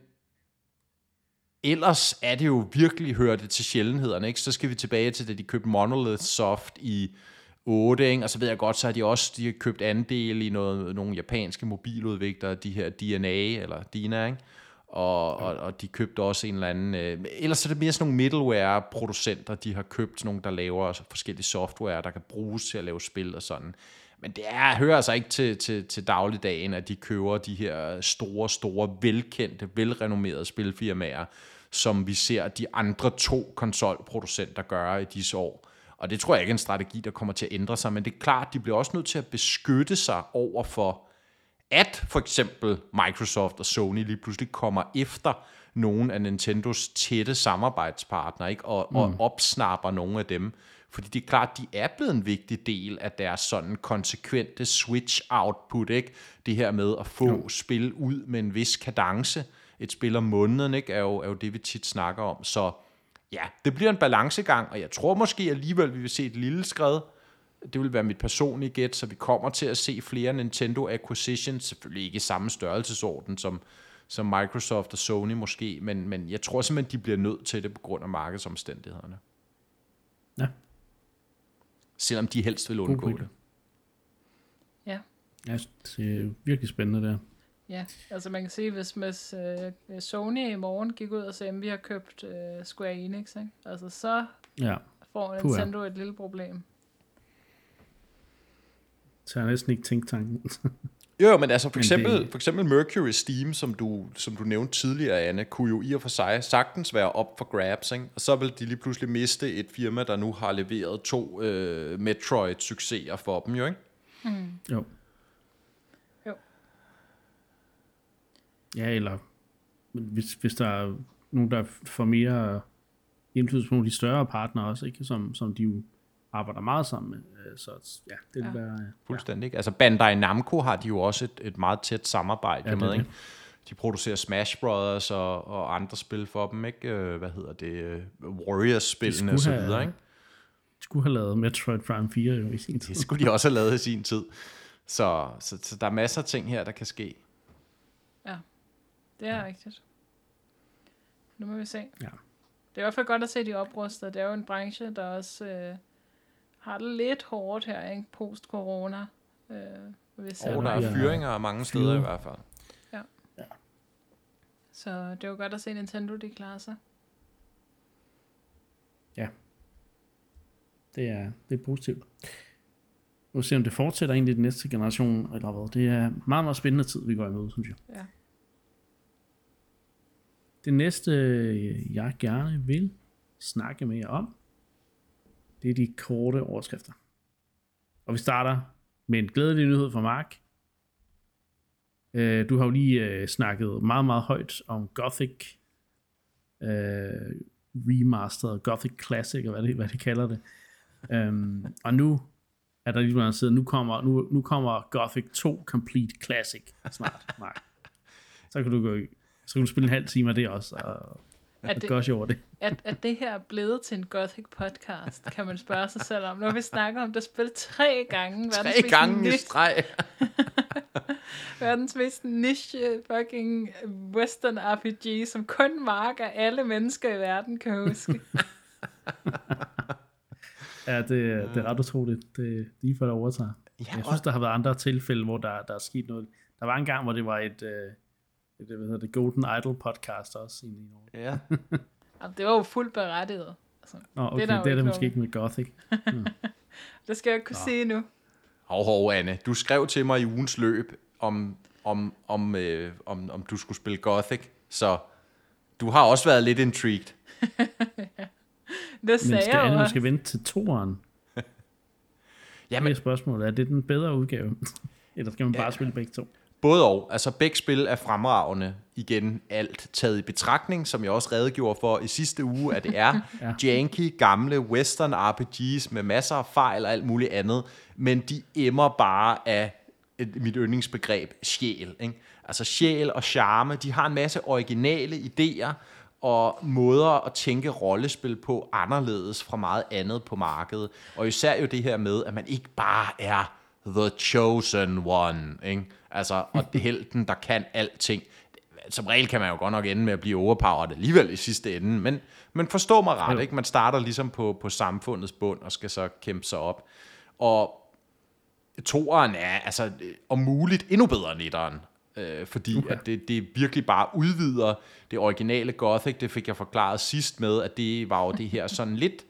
ellers er det jo virkelig, hører det til sjældenhederne, ikke? Så skal vi tilbage til, da de købte Monolith Soft i otte, ikke? Og så ved jeg godt, så har de også de har købt andel i noget, nogle japanske mobiludviklere, de her D N A, eller Dina, ikke? Og, og, og de købte også en eller anden, øh, ellers er det mere sådan nogle middleware-producenter, de har købt, nogle der laver forskellige software, der kan bruges til at lave spil og sådan. Men det er, hører altså ikke til, til, til dagligdagen, at de køber de her store, store, velkendte, velrenommerede spilfirmaer, som vi ser de andre to konsolproducenter gøre i disse år. Og det tror jeg ikke er en strategi, der kommer til at ændre sig, men det er klart, de bliver også nødt til at beskytte sig over for, at for eksempel Microsoft og Sony lige pludselig kommer efter nogle af Nintendos tætte samarbejdspartnere, ikke? Og, mm. og opsnapper nogle af dem. Fordi det er klart, de er blevet en vigtig del af deres sådan konsekvente switch-output, ikke? Det her med at få jo. spil ud med en vis kadence. Et spil om måneden, ikke? Er, jo, er jo det, vi tit snakker om. Så ja, det bliver en balancegang, og jeg tror måske alligevel, vi vil se et lille skred. Det vil være mit personlige gæt, så vi kommer til at se flere Nintendo acquisitions. Selvfølgelig ikke i samme størrelsesorden som, som Microsoft og Sony måske, men, men jeg tror simpelthen, de bliver nødt til det på grund af markedsomstændighederne. Ja. Selvom de helst vil undgå det. Ja. Ja, det er virkelig spændende der. Ja, altså man kan sige, hvis, hvis uh, Sony i morgen gik ud og sagde, at vi har købt uh, Square Enix, ikke? Altså så ja. får Nintendo et lille problem. Så jeg næsten ikke tænkt tanken. Jo, men altså for eksempel, det... for eksempel Mercury Steam, som du, som du nævnte tidligere, Anne, kunne jo i og for sig sagtens være op for grabs, ikke? Og så vil de lige pludselig miste et firma, der nu har leveret to øh, Metroid-succeser for dem, jo, ikke? Mm. Jo. Jo. Ja, eller hvis, hvis der er nogen, der får mere indflydelse på nogle af de større partnere også, ikke? Som, som de jo arbejder meget sammen med, så ja, det vil ja. være... Ja. Fuldstændig. Altså Bandai Namco har de jo også et, et meget tæt samarbejde ja, med, ikke? De producerer Smash Brothers og, og andre spil for dem, ikke? Hvad hedder det? Warriors-spillene og så videre, have, ikke? De skulle have lavet Metroid Prime fire jo i sin tid. Det skulle de også have lavet i sin tid. Så, så, så der er masser af ting her, der kan ske. Ja, det er ja. rigtigt. Nu må vi se. Ja. Det er i hvert fald godt at se de oprustede. Det er jo en branche, der også... Øh, har det lidt hårdt her, ikke? Post-corona. Øh, og der er fyringer ja. mange steder i hvert fald. Ja. Så det var godt at se Nintendo, de klarer sig. Ja. Det er, det er positivt. Vi må se, om det fortsætter egentlig den næste generation, eller hvad. Det er meget, meget spændende tid, vi går imod, synes jeg. Ja. Det næste, jeg gerne vil snakke med jer om, det er de korte overskrifter. Og vi starter med en glædelig nyhed for Mark. Du har jo lige snakket meget, meget højt om Gothic uh, Remastered, Gothic Classic, og hvad det, hvad de kalder det. Um, og nu er der lige blevet siddet, nu kommer, nu, nu kommer Gothic to Complete Classic snart, Mark. Så kan du gå, så kan du spille en halv time af det også, og godt over det. Er, er det her blevet til en Gothic podcast, kan man spørge sig selv om. Nu har vi snakket om det spil tre gange. Tre gange i streg. Verdens mest niche fucking western R P G, som kun Mark af alle mennesker i verden kan huske. Ja, det, det er ret utroligt. Det er lige før det overtager. Ja, jeg synes, der har været andre tilfælde, hvor der, der er sket noget. Der var en gang, hvor det var et, et, et hvad hedder det, Golden Idol podcast også. I ja. Jamen, det var jo fuldt berettiget. Altså, Nå, okay, det er, det, er det måske ikke med Gothic. Hmm. Det skal jeg ikke kunne Nå. sige nu. Hov, hov, Anne. Du skrev til mig i ugens løb, om, om, om, øh, om, om du skulle spille Gothic, så du har også været lidt intrigued. Det sagde Men skal jeg Anne også. måske vente til toeren? Jamen, det er spørgsmålet. Er det den bedre udgave? Eller skal man bare ja. spille begge to? Både og. Altså begge spil er fremragende. Igen, alt taget i betragtning, som jeg også redegjorde for i sidste uge, at det er ja. janky, gamle western R P G's med masser af fejl og alt muligt andet, men de emmer bare af et, mit yndlingsbegreb, sjæl. Ikke? Altså sjæl og charme, de har en masse originale idéer, og måder at tænke rollespil på anderledes fra meget andet på markedet. Og især jo det her med, at man ikke bare er the chosen one, ikke? Altså, og det helten, der kan alting. Som regel kan man jo godt nok ende med at blive overpowered alligevel i sidste ende, men, men forstå mig ret, ikke? Man starter ligesom på, på samfundets bund, og skal så kæmpe sig op. Og toeren er altså om muligt endnu bedre end etteren. Øh, fordi okay. at det, det virkelig bare udvider det originale Gothic. Det fik jeg forklaret sidst med, at det var jo det her sådan lidt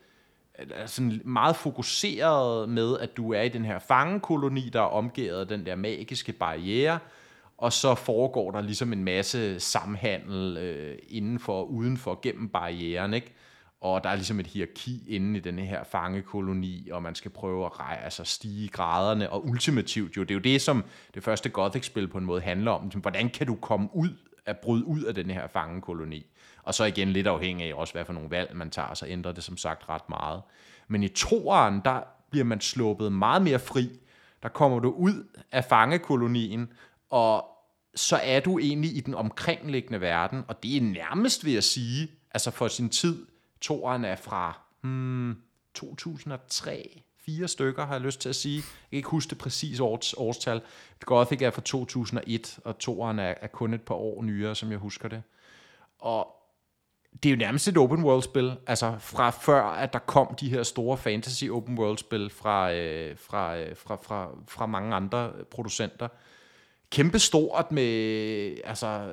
sådan meget fokuseret med, at du er i den her fangekoloni, der er omgivet af den der magiske barriere, og så foregår der ligesom en masse samhandel øh, indenfor og udenfor gennem barrieren, ikke? Og der er ligesom et hierarki inde i den her fangekoloni, og man skal prøve at rej, altså stige graderne, og ultimativt jo, det er jo det, som det første Gothic-spil på en måde handler om. Hvordan kan du komme ud, at bryde ud af den her fangekoloni? Og så igen lidt afhængig af også, hvad for nogle valg man tager, så ændrer det som sagt ret meget. Men i toeren, der bliver man sluppet meget mere fri. Der kommer du ud af fangekolonien, og så er du egentlig i den omkringliggende verden, og det er nærmest, vil jeg sige, altså for sin tid, toeren er fra hmm, to tusind og tre, fire stykker, har jeg lyst til at sige. Jeg kan ikke huske det præcise års, årstal. Gothic er fra to tusind og et, og toeren er, er kun et par år nyere, som jeg husker det. Og det er jo nærmest et open world spil, altså fra før, at der kom de her store fantasy open world spil fra, øh, fra, øh, fra, fra, fra mange andre producenter. Kæmpe stort med, altså,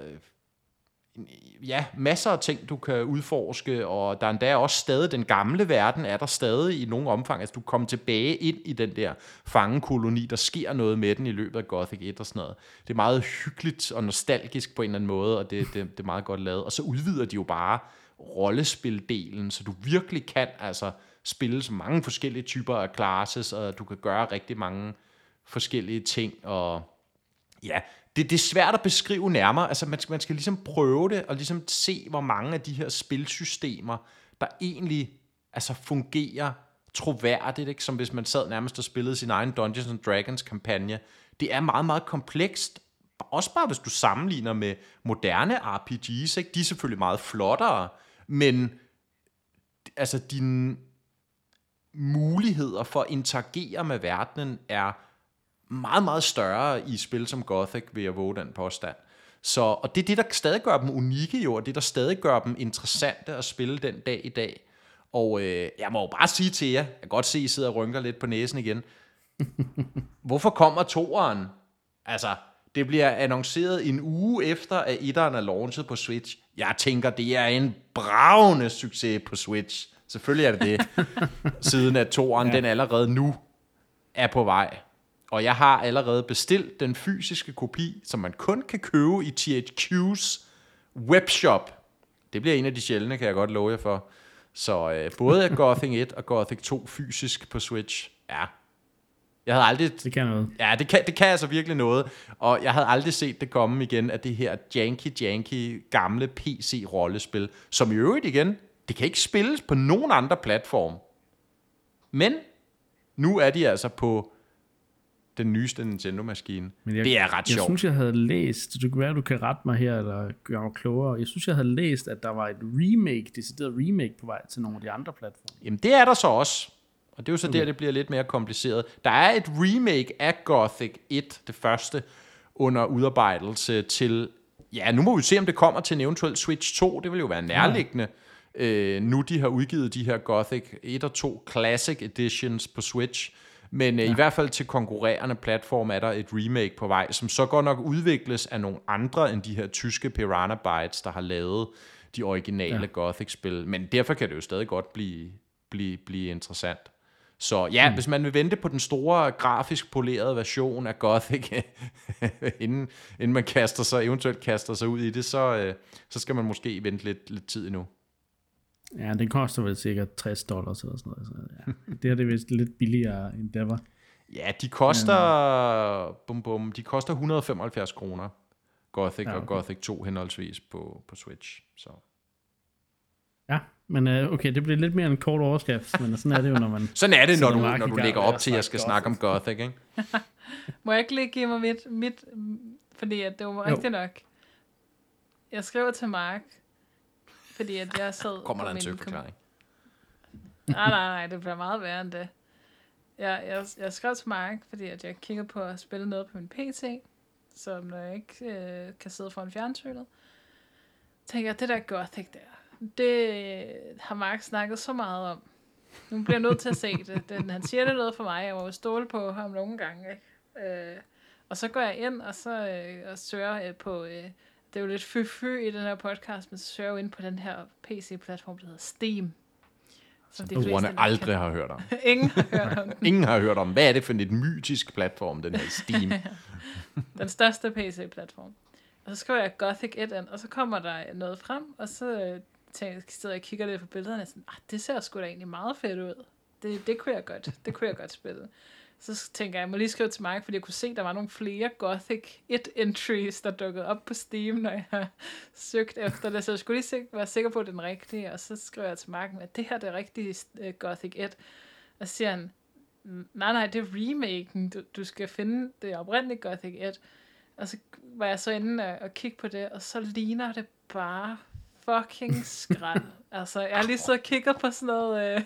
ja, masser af ting, du kan udforske, og der er endda også stadig, den gamle verden er der stadig i nogen omfang, altså du kommer tilbage ind i den der fangekoloni, der sker noget med den i løbet af Gothic et og sådan noget. Det er meget hyggeligt og nostalgisk på en eller anden måde, og det, det, det er meget godt lavet. Og så udvider de jo bare rollespildelen, så du virkelig kan altså spille så mange forskellige typer af classes, og du kan gøre rigtig mange forskellige ting, og ja, det, det er svært at beskrive nærmere. Altså man skal, man skal ligesom prøve det, og ligesom se, hvor mange af de her spilsystemer, der egentlig altså fungerer troværdigt, ikke? Som hvis man sad nærmest og spillede sin egen Dungeons and Dragons kampagne. Det er meget, meget komplekst. Også bare hvis du sammenligner med moderne R P G's, ikke? De er selvfølgelig meget flottere, men altså dine muligheder for at interagere med verdenen er meget, meget større i spil som Gothic, vil jeg våge den påstand. Så, og det er det, der stadig gør dem unikke jo, og det der stadig gør dem interessante at spille den dag i dag. Og øh, jeg må jo bare sige til jer, jeg kan godt se, at I sidder og rynker lidt på næsen igen. Hvorfor kommer toeren? Altså, Det bliver annonceret en uge efter, at etteren er launchet på Switch. Jeg tænker, det er en bravende succes på Switch. Selvfølgelig er det det. Siden at toeren, ja. den allerede nu er på vej. Og jeg har allerede bestilt den fysiske kopi, som man kun kan købe i T H Q's webshop. Det bliver en af de sjældne, kan jeg godt love jer for. Så øh, både Gothic et og Gothic to fysisk på Switch. Ja. Jeg havde aldrig... Det kan noget. Ja, det kan, det kan altså virkelig noget. Og jeg havde aldrig set det komme igen af det her janky, janky, gamle P C-rollespil, som i øvrigt igen, det kan ikke spilles på nogen andre platform. Men nu er de altså på den nyeste Nintendo-maskine. Men jeg, det er ret jeg sjovt. Jeg synes, jeg havde læst, det kan være, du kan rette mig her, eller gøre mig klogere. Jeg synes, jeg havde læst, at der var et remake, decideret remake på vej til nogle af de andre platforme. Jamen, det er der så også. Og det er jo så okay. der, det bliver lidt mere kompliceret. Der er et remake af Gothic et, det første, under udarbejdelse til... Ja, nu må vi se, om det kommer til en eventuel Switch to. Det vil jo være nærliggende. Ja. Øh, nu de har udgivet de her Gothic et og to Classic Editions på Switch. Men øh, ja. i hvert fald til konkurrerende platform er der et remake på vej, som så godt nok udvikles af nogle andre end de her tyske Piranha Bytes, der har lavet de originale ja. Gothic-spil. Men derfor kan det jo stadig godt blive, blive, blive interessant. Så ja, mm. hvis man vil vente på den store, grafisk polerede version af Gothic, inden, inden man kaster sig, eventuelt kaster sig ud i det, så, øh, så skal man måske vente lidt, lidt tid endnu. Ja, den koster vel sikkert tres dollars eller sådan noget. Så ja. Det her det er vist lidt billigere end det var. Ja, de koster, um, bum, bum, de koster et hundrede og femoghalvfjerds kroner, Gothic ja, okay. og Gothic to henholdsvis på, på Switch. Så. Ja, men okay, det bliver lidt mere en kort overskrift, men sådan er det jo, når man... sådan er det, når du, når du lægger op til, at jeg skal Gothic. snakke om Gothic, ikke? Må jeg ikke lige give mig mit, mit fordi at det var rigtigt nok. Jeg skriver til Mark, fordi at jeg sad... Kommer der en søgeforklaring? Nej, nej, nej, det bliver meget værre end det. Jeg, jeg, jeg skrev til Mark, fordi at jeg kiggede på at spille noget på min P C, som når jeg ikke øh, kan sidde foran fjernsynet. Tænker jeg, det der Gothic der, det har Mark snakket så meget om. Nu bliver jeg nødt til at se det. Den, han siger det noget for mig. Jeg må jo stole på ham nogle gange. Ikke? Øh, og så går jeg ind, og så øh, og søger øh, på... Øh, det er jo lidt fy-fy i den her podcast, men så søger jeg ind på den her P C-platform, der hedder Steam. Som de fleste aldrig har hørt om. Ingen har hørt om den. Ingen har hørt om. Hvad er det for et mytisk platform, den her Steam? Den største P C-platform. Og så skriver jeg Gothic et ind, og så kommer der noget frem, og så tænker, sidder jeg og kigger lidt på billederne, og sådan, ah, det ser sgu da egentlig meget fedt ud. Det, det kunne jeg godt, det kunne jeg godt spille. Så tænker jeg, jeg må lige skrive til Mark, fordi jeg kunne se, der var nogle flere Gothic et entries, der dukkede op på Steam, når jeg har søgt efter det. Så jeg skulle lige være sikker på, at det er den rigtige, og så skriver jeg til Mark, at det her det er rigtige uh, Gothic et. Og så siger han, nej, nej, det er remaken, du, du skal finde det oprindelige Gothic et. Og så var jeg så inde og, og kigge på det, og så ligner det bare fucking skrald. Altså, jeg har lige så kigget på sådan noget... Øh,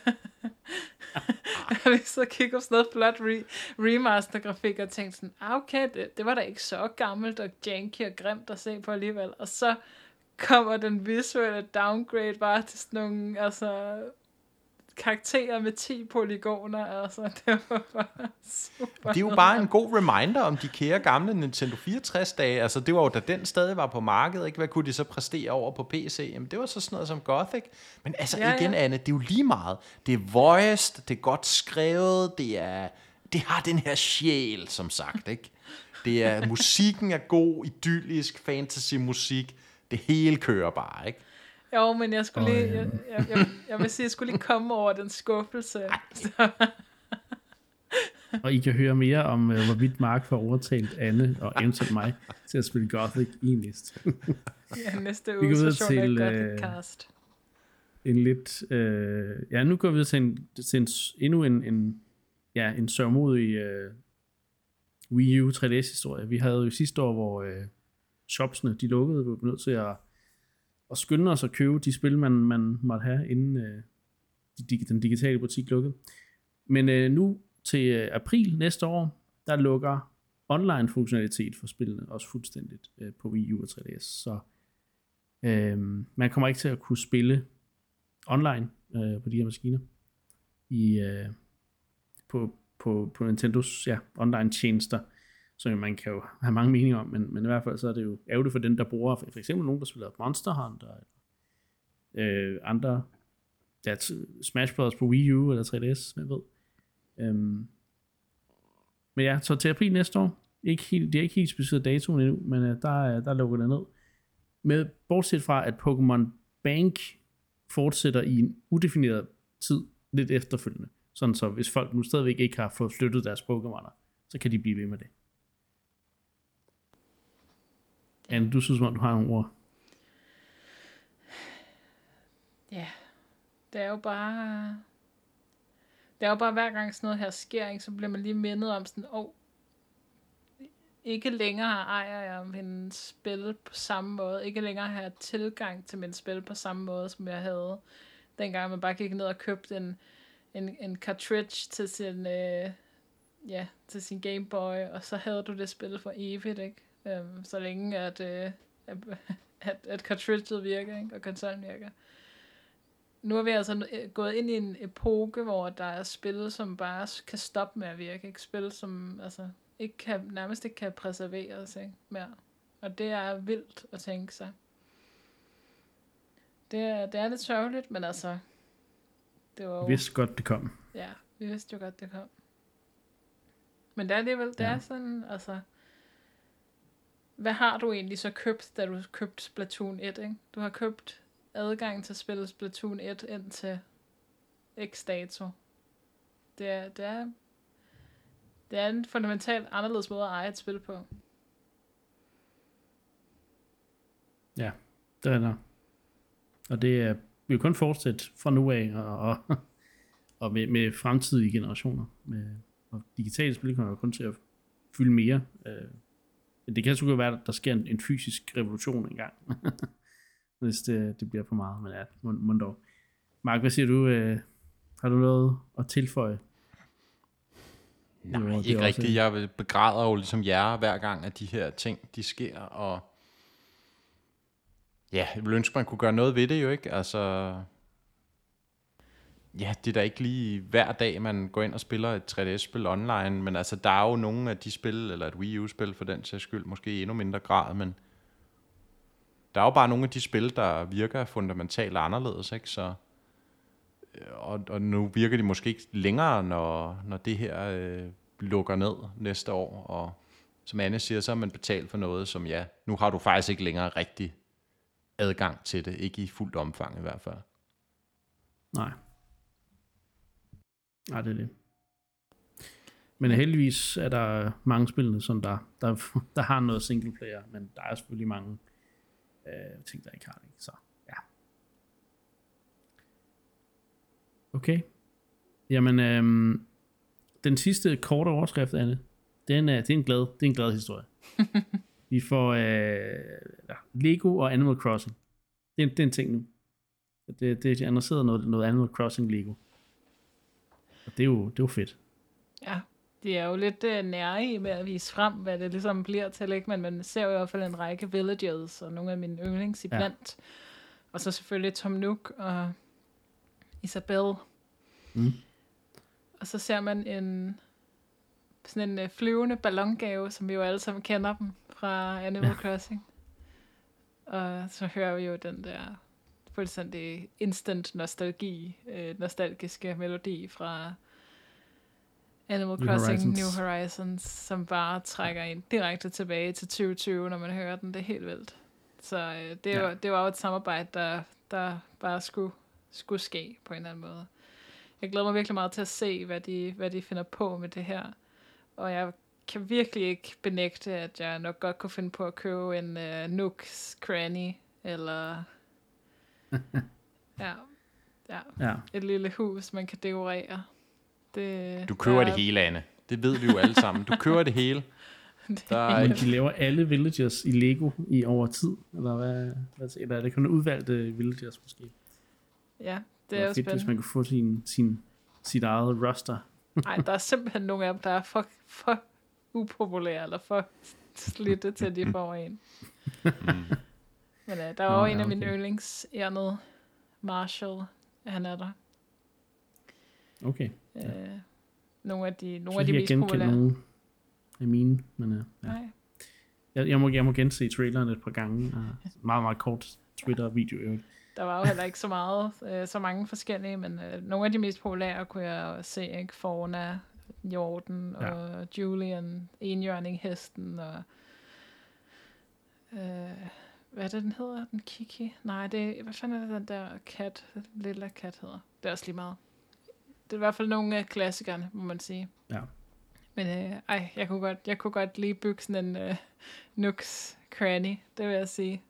jeg har lige så kigget på sådan noget flot re- remaster-grafik, og tænkt sådan, ah, okay, det, det var da ikke så gammelt og janky og grimt at se på alligevel. Og så kommer den visuelle downgrade bare til sådan nogle, altså... karakterer med ti polygoner, altså det var bare super. Det er jo bare en god reminder om de kære gamle Nintendo fireogtres dage, altså det var jo da den stadig var på markedet, ikke? Hvad kunne de så præstere over på P C? Jamen det var så sådan noget som Gothic, men altså ja, igen ja. Anne, det er jo lige meget, det er voiced, det er godt skrevet, det er, det har den her sjæl, som sagt, ikke? Det er, musikken er god, idyllisk fantasy musik, det hele kører bare, ikke? Jo, men jeg skulle lige, jeg, jeg, jeg, jeg vil sige, jeg skulle lige komme over den skuffelse. Og I kan høre mere om, uh, hvorvidt Mark får overtalt Anne og eventuelt mig til at spille Gothic i næste. Ja, næste uge session af Gothic Cast. En lidt, uh, ja, nu går vi videre til, en, til en, endnu en, en, ja, en sørgmodig uh, Wii U tre D S-historie. Vi havde jo sidste år, hvor uh, shopsene, de lukkede, vi var nødt til at og skynde os at købe de spil, man, man måtte have, inden øh, de, den digitale butik lukkede. Men øh, nu til øh, april næste år, der lukker online-funktionalitet for spillene også fuldstændigt øh, på Wii U og tre D S. Så øh, man kommer ikke til at kunne spille online øh, på de her maskiner i, øh, på, på, på Nintendos ja, online-tjenester. som man kan jo have mange meninger om, men, men i hvert fald så er det jo ærgerligt for den, der bruger, for, for eksempel nogen, der spiller Monster Hunter, øh, andre, ja, Smash Bros. På Wii U eller tre D S, jeg ved. Øhm, men ja, så til april næste år, ikke helt, det er ikke helt specificeret datoen endnu, men uh, der, der lukker det ned. Med, bortset fra, at Pokémon Bank fortsætter i en udefineret tid, lidt efterfølgende. Sådan så, hvis folk nu stadigvæk ikke har fået flyttet deres Pokémoner, så kan de blive ved med det. Anne, du synes, som om du har nogle ord? Ja, det er jo bare... Det er jo bare, hver gang sådan noget her sker, ikke, så bliver man lige mindet om sådan, åh, oh, ikke længere ejer jeg min spil på samme måde. Ikke længere har jeg tilgang til min spil på samme måde, som jeg havde. Dengang man bare gik ned og købte en, en, en cartridge til sin, øh, ja, til sin Game Boy, og så havde du det spil for evigt, ikke? Um, så længe at, øh, at, at cartridget virker, ikke? Og konsollen virker. Nu er vi altså gået ind i en epoke, hvor der er spil, som bare kan stoppe med at virke. Ikke? Spil, som altså, ikke kan, nærmest ikke kan preserveres, ikke? Mere. Og det er vildt at tænke sig. Det er, det er lidt sørgeligt, men altså... Det var jo, vi vidste godt, det kom. Ja, vi vidste jo godt, det kom. Men det er alligevel, det ja. er sådan, altså... Hvad har du egentlig så købt, da du købte Splatoon et, ikke? Du har købt adgang til at spille Splatoon et indtil X dato. Det er, det er, det er en fundamentalt anderledes måde at eje et spil på. Ja, det er der. Og det er, vi vil kun fortsætte fra nu af, og, og, og med, med fremtidige generationer. Med, og digitale spil kommer jo kun til at fylde mere. Det kan så være, at der sker en, en fysisk revolution engang. Hvis det, det bliver for meget, men ja, må, må dog. Mark, hvad siger du? Øh, har du noget at tilføje? Nej, jo, ikke rigtigt. Jeg begræder jo ligesom jer hver gang, at de her ting, de sker, og ja, jeg vil ønske, man kunne gøre noget ved det jo, ikke? Altså, ja, det er da ikke lige hver dag, man går ind og spiller et tre D S-spil online, men altså, der er jo nogle af de spil, eller et Wii U-spil for den sags skyld, måske i endnu mindre grad, men der er jo bare nogle af de spil, der virker fundamentalt anderledes, ikke? Så, og, og nu virker de måske ikke længere, når, når det her øh, lukker ned næste år. Og som Anne siger, så har man betalt for noget, som ja, nu har du faktisk ikke længere rigtig adgang til det. Ikke i fuldt omfang i hvert fald. Nej. Nej, det er det. Men heldigvis er der mange spillene, som der, der, der har noget single player, men der er selvfølgelig mange øh, ting, der ikke har det. Så ja. Okay. Jamen, øhm, den sidste korte overskrift, Anne, den er, det er en glad, det er en glad historie. Vi får øh, Lego og Animal Crossing. Det er, det er en ting nu. Det, det er annonceret noget, noget Animal Crossing Lego. Og det er jo, det er jo fedt. Ja, de er jo lidt uh, nære med at vise frem, hvad det ligesom bliver til, ikke? Men man ser jo i hvert fald en række villagers, og nogle af mine yndlings iblandt. Ja. Og så selvfølgelig Tom Nook og Isabelle. Mm. Og så ser man en sådan en uh, flyvende ballongave, som vi jo alle sammen kender dem fra Animal ja. Crossing. Og så hører vi jo den der fuldstændig instant nostalgi, øh, nostalgiske melodi fra Animal New Crossing Horizons. New Horizons, som bare trækker ind direkte tilbage til tyve tyve, når man hører den. Det er helt vildt. Så øh, det, ja. var, det var jo et samarbejde, der, der bare skulle, skulle ske på en eller anden måde. Jeg glæder mig virkelig meget til at se, hvad de, hvad de finder på med det her. Og jeg kan virkelig ikke benægte, at jeg nok godt kunne finde på at købe en uh, Nooks Cranny, eller ja, ja, ja, et lille hus, man kan dekorere. Det, du køber der... det hele, Anne. Det ved vi jo alle sammen. Du køber det hele. Der er... Men de laver alle villagers i Lego i over tid, eller hvad, hvad eller er det kun udvalgte villagers måske? Ja, det er jo fedt, spændende. Hvis man kunne få sin, sin, sit eget roster. Nej, der er simpelthen nogle af dem, der er for, for upopulære, eller for slidte til, de får en. Mm. Men uh, der var jo oh, en ja, af mine okay. yndlings, Erned Marshall, han er der. Okay. Uh, nogle af de, nogle af de mest populære. Nogle, af mine, men uh, ja. Nej. Jeg, jeg, må, jeg må gense traileren et par gange. Uh, meget, meget kort Twitter-video. Der var jo heller ikke så meget, øh, så mange forskellige, men øh, nogle af de mest populære kunne jeg se, ikke? Fauna, Jorden Ja. og Julian, enhjørning, hesten og øh, hvad er det, den hedder? Den Kiki? Nej, det, hvad fanden er det, den der kat, lille kat hedder? Det er også lige meget. Det er i hvert fald nogle af klassikerne, må man sige. Ja. Men øh, ej, jeg kunne godt, jeg kunne godt lige bygge sådan en øh, Nooks Cranny, det vil jeg sige.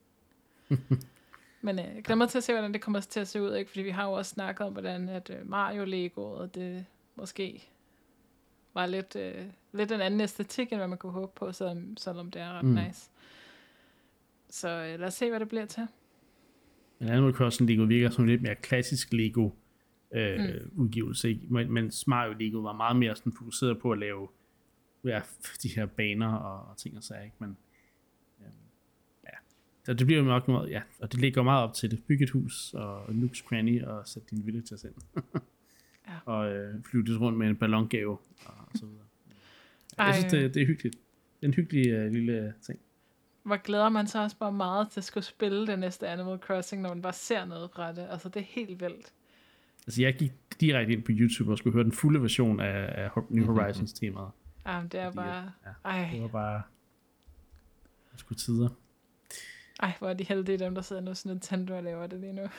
Men øh, jeg glæder mig til at se, hvordan det kommer til at se ud, ikke? Fordi vi har jo også snakket om, hvordan at øh, Mario-legoet, det måske var lidt, øh, lidt en anden æstetik, end hvad man kunne håbe på, selvom, selvom det er ret mm. nice. Så øh, lad os se, hvad det bliver til. Men Animal Crossing Lego virker som lidt mere klassisk Lego øh, mm. udgivelse, ikke? Men, mens Mario Lego var meget mere sådan fokuseret på at lave ja, de her baner og, og ting og sager, ikke? Men øh, ja, så det bliver jo nok noget, ja, og det ligger meget op til det. Bygge et hus og Nook's Cranny og sætte dine villagers ind. ja. Og øh, flyve lidt rundt med en ballongave og, og så videre. Ja, jeg synes, det, det er hyggeligt. Det er en hyggelig øh, lille ting. Hvor glæder man sig også bare meget til at skulle spille det næste Animal Crossing, når man bare ser noget fra det. Altså, det er helt vildt. Altså, jeg gik direkte ind på YouTube og skulle høre den fulde version af, af New Horizons-temaet. Jamen, det er Fordi, bare... Ja, ej. det var bare... Det skulle tider. Ej, hvor er de heldige, dem der sidder nu sådan Nintendo og laver det lige nu.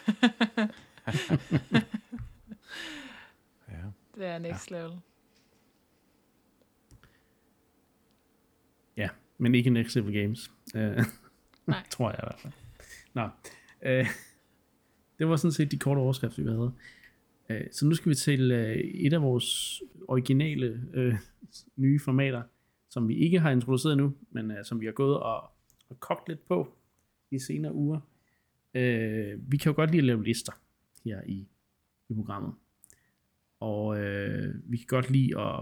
ja. Det er next ja. level. Ja, men ikke Next Level Games. Uh, Nej. tror jeg i hvert fald. Nå. Uh, det var sådan set de korte overskrifter, vi havde. Uh, så nu skal vi til uh, et af vores originale uh, nye formater, som vi ikke har introduceret nu, men uh, som vi har gået og, og kogt lidt på i senere uger. Uh, vi kan jo godt lide at lave lister her i, i programmet. Og uh, vi kan godt lide at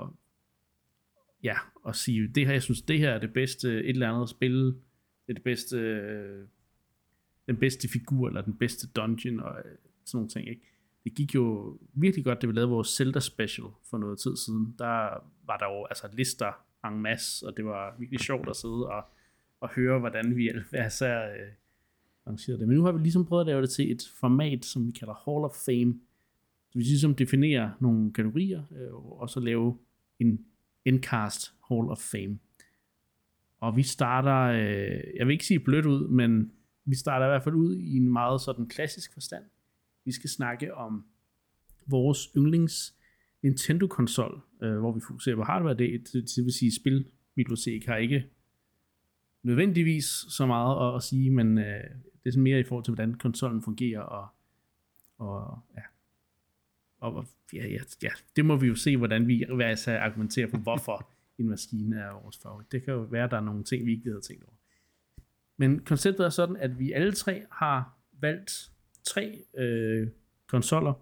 ja, og sige, det her, jeg synes, det her er det bedste et eller andet spil, det er det bedste, øh, den bedste figur, eller den bedste dungeon, og øh, sådan nogle ting, ikke? Det gik jo virkelig godt, da vi lavede vores Zelda special for noget tid siden. Der var der jo altså lister en masse, og det var virkelig sjovt at sidde og, og høre, hvordan vi hver især øh, arrangerede det. Men nu har vi ligesom prøvet at lave det til et format, som vi kalder Hall of Fame. Så vi ligesom definerer nogle kategorier, øh, og så lave en Endcast Hall of Fame. Og vi starter, øh, jeg vil ikke sige blødt ud, men vi starter i hvert fald ud i en meget sådan klassisk forstand. Vi skal snakke om vores yndlings Nintendo-konsol, øh, hvor vi fokuserer på hardware. Det, det, det vil sige, spilbibliotek har ikke nødvendigvis så meget at, at sige, men øh, det er sådan mere i forhold til, hvordan konsollen fungerer, og, og ja, Og ja, ja, ja, det må vi jo se, hvordan vi hver især argumenterer for, hvorfor en maskine er vores favorit. Det kan jo være, at der er nogle ting, vi ikke havde tænkt over. Men konceptet er sådan, at vi alle tre har valgt tre øh, konsoller,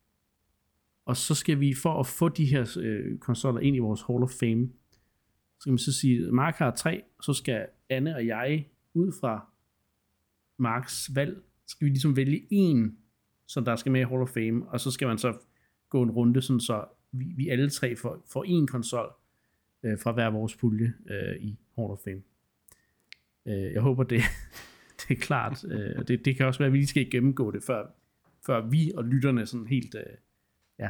og så skal vi, for at få de her øh, konsoller ind i vores Hall of Fame, så skal man så sige, Mark har tre, og så skal Anne og jeg, ud fra Marks valg, skal vi ligesom vælge en, som der skal med i Hall of Fame, og så skal man så gå en runde, sådan så vi, vi alle tre får, får en konsol øh, fra hver vores pulje øh, i Hall of Fame. Øh, jeg håber, det, det er klart. Øh, det, det kan også være, at vi lige skal gennemgå det, før, før vi og lytterne sådan helt øh, ja,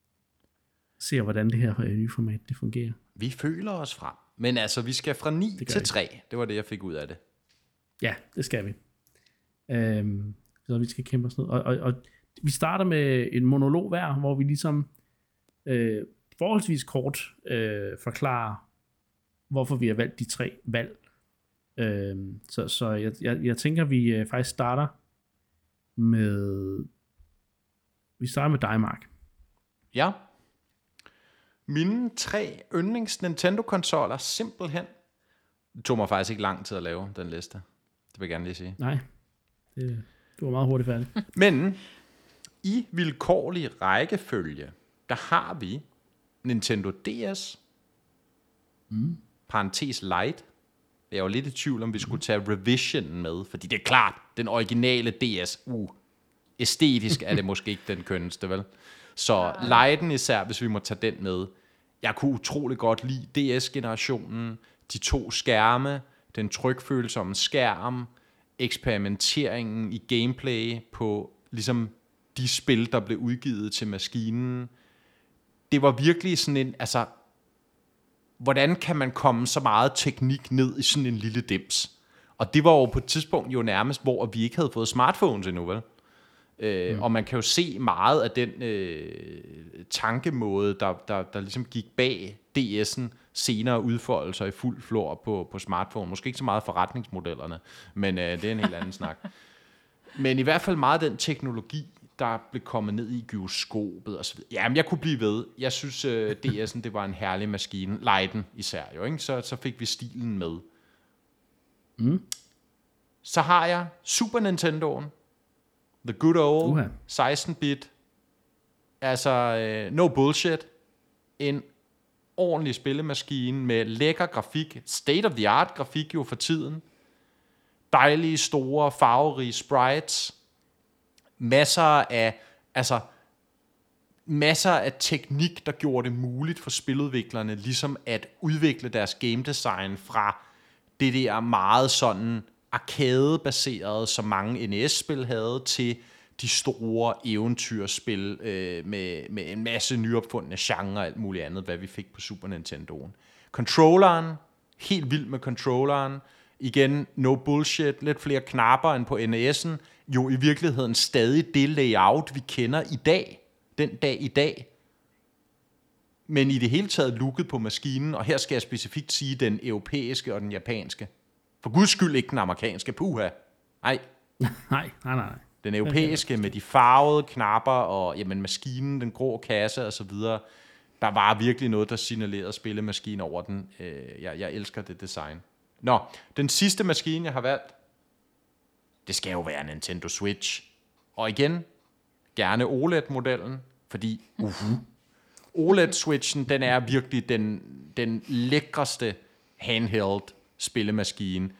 ser, hvordan det her øh, nye format det fungerer. Vi føler os frem. Men altså, vi skal fra ni til vi. tre. Det var det, jeg fik ud af det. Ja, det skal vi. Øhm, så vi skal kæmpe os ned. Og, og, og vi starter med en monolog hver, hvor vi ligesom øh, forholdsvis kort øh, forklarer, hvorfor vi har valgt de tre valg. Øh, så så jeg, jeg, jeg tænker, vi øh, faktisk starter med vi starter med dig, Mark. Ja. Mine tre yndlings Nintendo-konsoller simpelthen. Det tog mig faktisk ikke lang tid at lave den liste. Det vil jeg gerne lige sige. Nej, det, du var meget hurtigt færdig. Men i vilkårlig rækkefølge, der har vi Nintendo D S, mm. parentes Lite. Jeg var lidt i tvivl, om vi skulle tage Revision med, fordi det er klart, den originale D S, uh, æstetisk er det måske ikke den kønneste, vel? Så Lite'en især, hvis vi må tage den med, jeg kunne utrolig godt lide D S-generationen, de to skærme, den trykfølsomme skærm, eksperimenteringen i gameplay på ligesom de spil, der blev udgivet til maskinen. Det var virkelig sådan en, altså, hvordan kan man komme så meget teknik ned i sådan en lille dims? Og det var jo på et tidspunkt jo nærmest, hvor vi ikke havde fået smartphones endnu, vel? Øh, mm. Og man kan jo se meget af den øh, tankemåde, der, der, der ligesom gik bag D S'en, senere udfoldelser i fuld flor på, på smartphone. Måske ikke så meget forretningsmodellerne, men øh, det er en helt anden snak. Men i hvert fald meget den teknologi, der blev kommet ned i gyroskopet og så videre. Jamen, jeg kunne blive ved. Jeg synes, øh, D S'en, det var en herlig maskine. Leiden især jo, ikke? Så, så fik vi stilen med. Mm. Så har jeg Super Nintendoen. The good old uh-huh. seksten-bit. Altså, øh, no bullshit. En ordentlig spillemaskine med lækker grafik. State-of-the-art grafik jo for tiden. Dejlige, store, farverige sprites. Masser af, altså, masser af teknik, der gjorde det muligt for spiludviklerne ligesom at udvikle deres game design fra det der meget sådan arcade-baserede, som mange N E S-spil havde, til de store eventyrspil øh, med, med en masse nyopfundne genre og alt muligt andet, hvad vi fik på Super Nintendoen. Controlleren, helt vild med controlleren. Igen, no bullshit, lidt flere knapper end på N E S'en. Jo i virkeligheden stadig det layout, vi kender i dag, den dag i dag. Men i det hele taget looket på maskinen, og her skal jeg specifikt sige den europæiske og den japanske. For guds skyld ikke den amerikanske, puha. Nej. nej, nej, nej. Den europæiske med de farvede knapper og jamen, maskinen, den grå kasse og så videre. Der var virkelig noget, der signalerede spillemaskinen over den. Jeg, jeg elsker det design. Nå, den sidste maskine, jeg har valgt, det skal jo være Nintendo Switch. Og igen, gerne O L E D-modellen, fordi uh, O L E D-switchen, den er virkelig den, den lækreste handheld spillemaskine.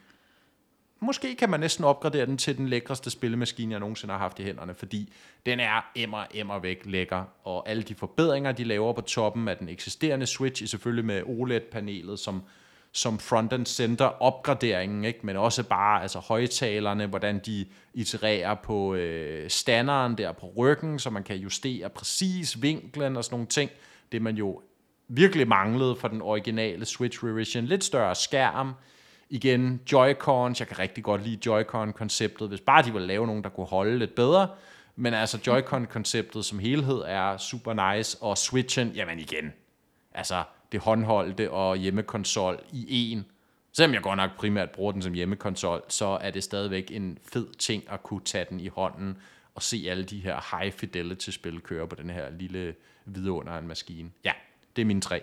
Måske kan man næsten opgradere den til den lækreste spillemaskine, jeg nogensinde har haft i hænderne, fordi den er emmer, emmer væk lækker, og alle de forbedringer, de laver på toppen af den eksisterende Switch, er selvfølgelig med O L E D-panelet som, som front-end center opgraderingen, ikke? Men også bare altså, højtalerne, hvordan de itererer på øh, standeren der på ryggen, så man kan justere præcis vinklen og sådan nogle ting. Det man jo virkelig manglede for den originale Switch revision. Lidt større skærm. Igen, Joy-Cons. Jeg kan rigtig godt lide Joy-Con-konceptet, hvis bare de ville lave nogen, der kunne holde lidt bedre. Men altså, Joy-Con-konceptet som helhed er super nice, og Switchen, jamen igen, altså det håndholdte og hjemmekonsol i en. Selvom jeg godt nok primært bruger den som hjemmekonsol, så er det stadigvæk en fed ting at kunne tage den i hånden og se alle de her high fidelity spil køre på den her lille vidunder af en maskine. Ja, det er mine tre.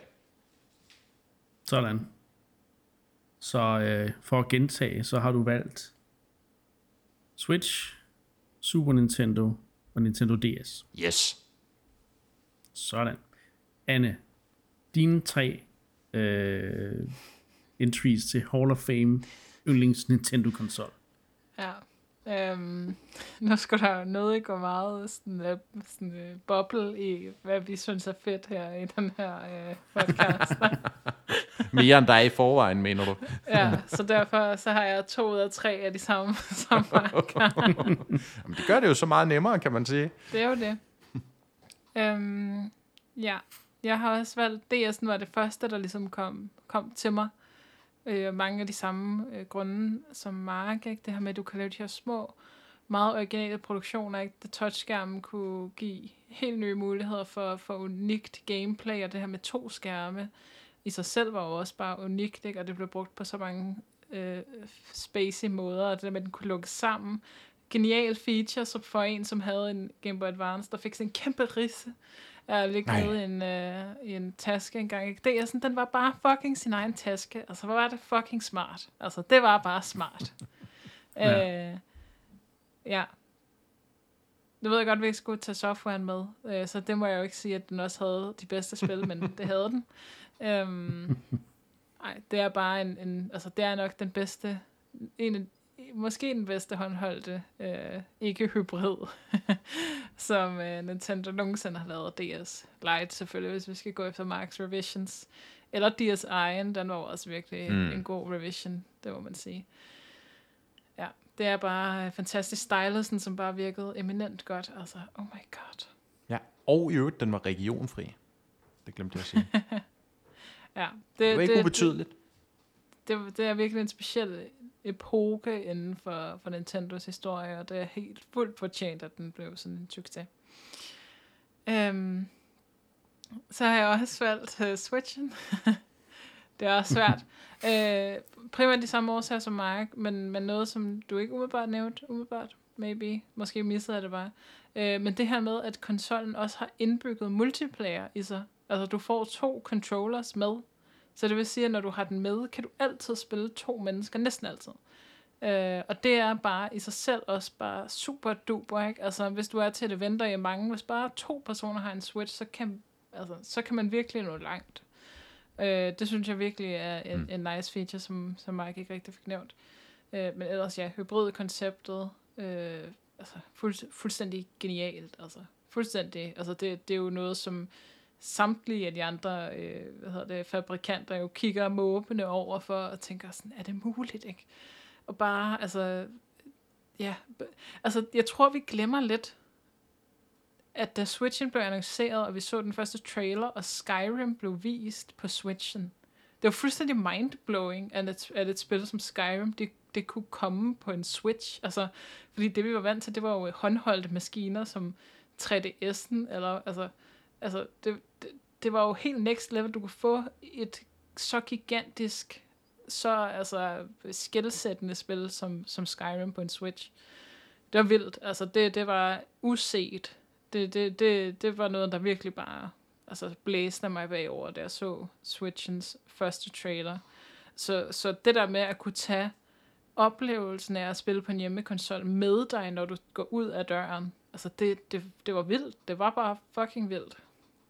Sådan. Så øh, for at gentage, så har du valgt Switch, Super Nintendo og Nintendo D S. Yes. Sådan. Anne, dine tre øh, entries til Hall of Fame yndlings Nintendo-konsol. Ja. Øhm, nu skal der jo noget gå meget sådan, uh, sådan uh, boble i, hvad vi synes er fedt her i den her uh, podcast. Mere end dig i forvejen, mener du? Ja, så derfor så har jeg to ud af tre af de samme som Jamen, det gør det jo så meget nemmere, kan man sige. Det er jo det. øhm, ja, jeg har også valgt, D S'en var det første, der ligesom kom, kom til mig. Øh, mange af de samme øh, grunde som Mark, ikke? Det her med, at du kan lave de her små, meget originale produktioner, ikke? Det touchskærmen kunne give helt nye muligheder for, for unikt gameplay, og det her med to skærme i sig selv var jo også bare unikt, ikke? Og det blev brugt på så mange øh, spacey måder, og det der med, at den kunne lukke sammen. Genial feature så for en, som havde en Game Boy Advance, der fik sådan en kæmpe risse at ligge nede i en, øh, i en taske engang. Ikke? Det er sådan, den var bare fucking sin egen taske. Altså, hvor var det fucking smart. Altså, det var bare smart. ja. Øh, ja. Nu ved jeg godt, at vi ikke skulle tage softwaren med, øh, så det må jeg jo ikke sige, at den også havde de bedste spil, men det havde den. Øhm, ej, det er bare en, en, altså, det er nok den bedste, en af, måske den bedste håndholdte, øh, ikke hybrid, som øh, Nintendo nogensinde har lavet. D S Lite selvfølgelig, hvis vi skal gå efter Marks revisions. Eller D S I'en, den var også virkelig mm. en god revision, det må man sige. Ja, det er bare fantastisk stylusen, som bare virkede eminent godt. Altså, oh my god. Ja, og i øvrigt, den var regionfri. Det glemte jeg at sige. Ja, det, det var ikke det, ubetydeligt. Det, det, det er virkelig en speciel epoke inden for, for Nintendos historie, og det er helt fuldt fortjent, at den blev sådan en succes. Um, så har jeg også valgt uh, Switchen. Det er også svært. uh, primært de samme årsager som Mark, men, men noget, som du ikke umiddelbart nævnte, umiddelbart, maybe, måske missede jeg det bare. Uh, men det her med, at konsollen også har indbygget multiplayer i sig. Altså, du får to controllers med. Så det vil sige, at når du har den med, kan du altid spille to mennesker, næsten altid. Uh, og det er bare i sig selv også bare super duper, ikke? Altså, hvis du er til et event, og I er mange, hvis bare to personer har en Switch, så kan, altså, så kan man virkelig nå langt. Uh, det synes jeg virkelig er en, mm. en nice feature, som, som Mike ikke rigtig fik nævnt. Uh, men ellers, ja, hybrid-konceptet, uh, altså, fuld, fuldstændig genialt, altså. Fuldstændig. Altså, det, det er jo noget, som samtlige af de andre øh, hvad hedder det, fabrikanter jo kigger måbende over for og tænker sådan, er det muligt, ikke? Og bare, altså, ja, altså, jeg tror, vi glemmer lidt, at da Switchen blev annonceret, og vi så den første trailer, og Skyrim blev vist på Switchen, det var fuldstændig mindblowing, at et, at et spil som Skyrim, det, det kunne komme på en Switch, altså, fordi det vi var vant til, det var jo håndholdte maskiner, som tre D S'en, eller, altså, altså, det, det, det var jo helt next level, du kunne få et så gigantisk, så altså skældsættende spil som, som Skyrim på en Switch. Det var vildt, altså det, det var uset. Det, det, det, det var noget, der virkelig bare altså blæste mig bagover, da jeg så Switchens første trailer. Så, så det der med at kunne tage oplevelsen af at spille på en hjemmekonsol med dig, når du går ud af døren, altså det, det, det var vildt. Det var bare fucking vildt.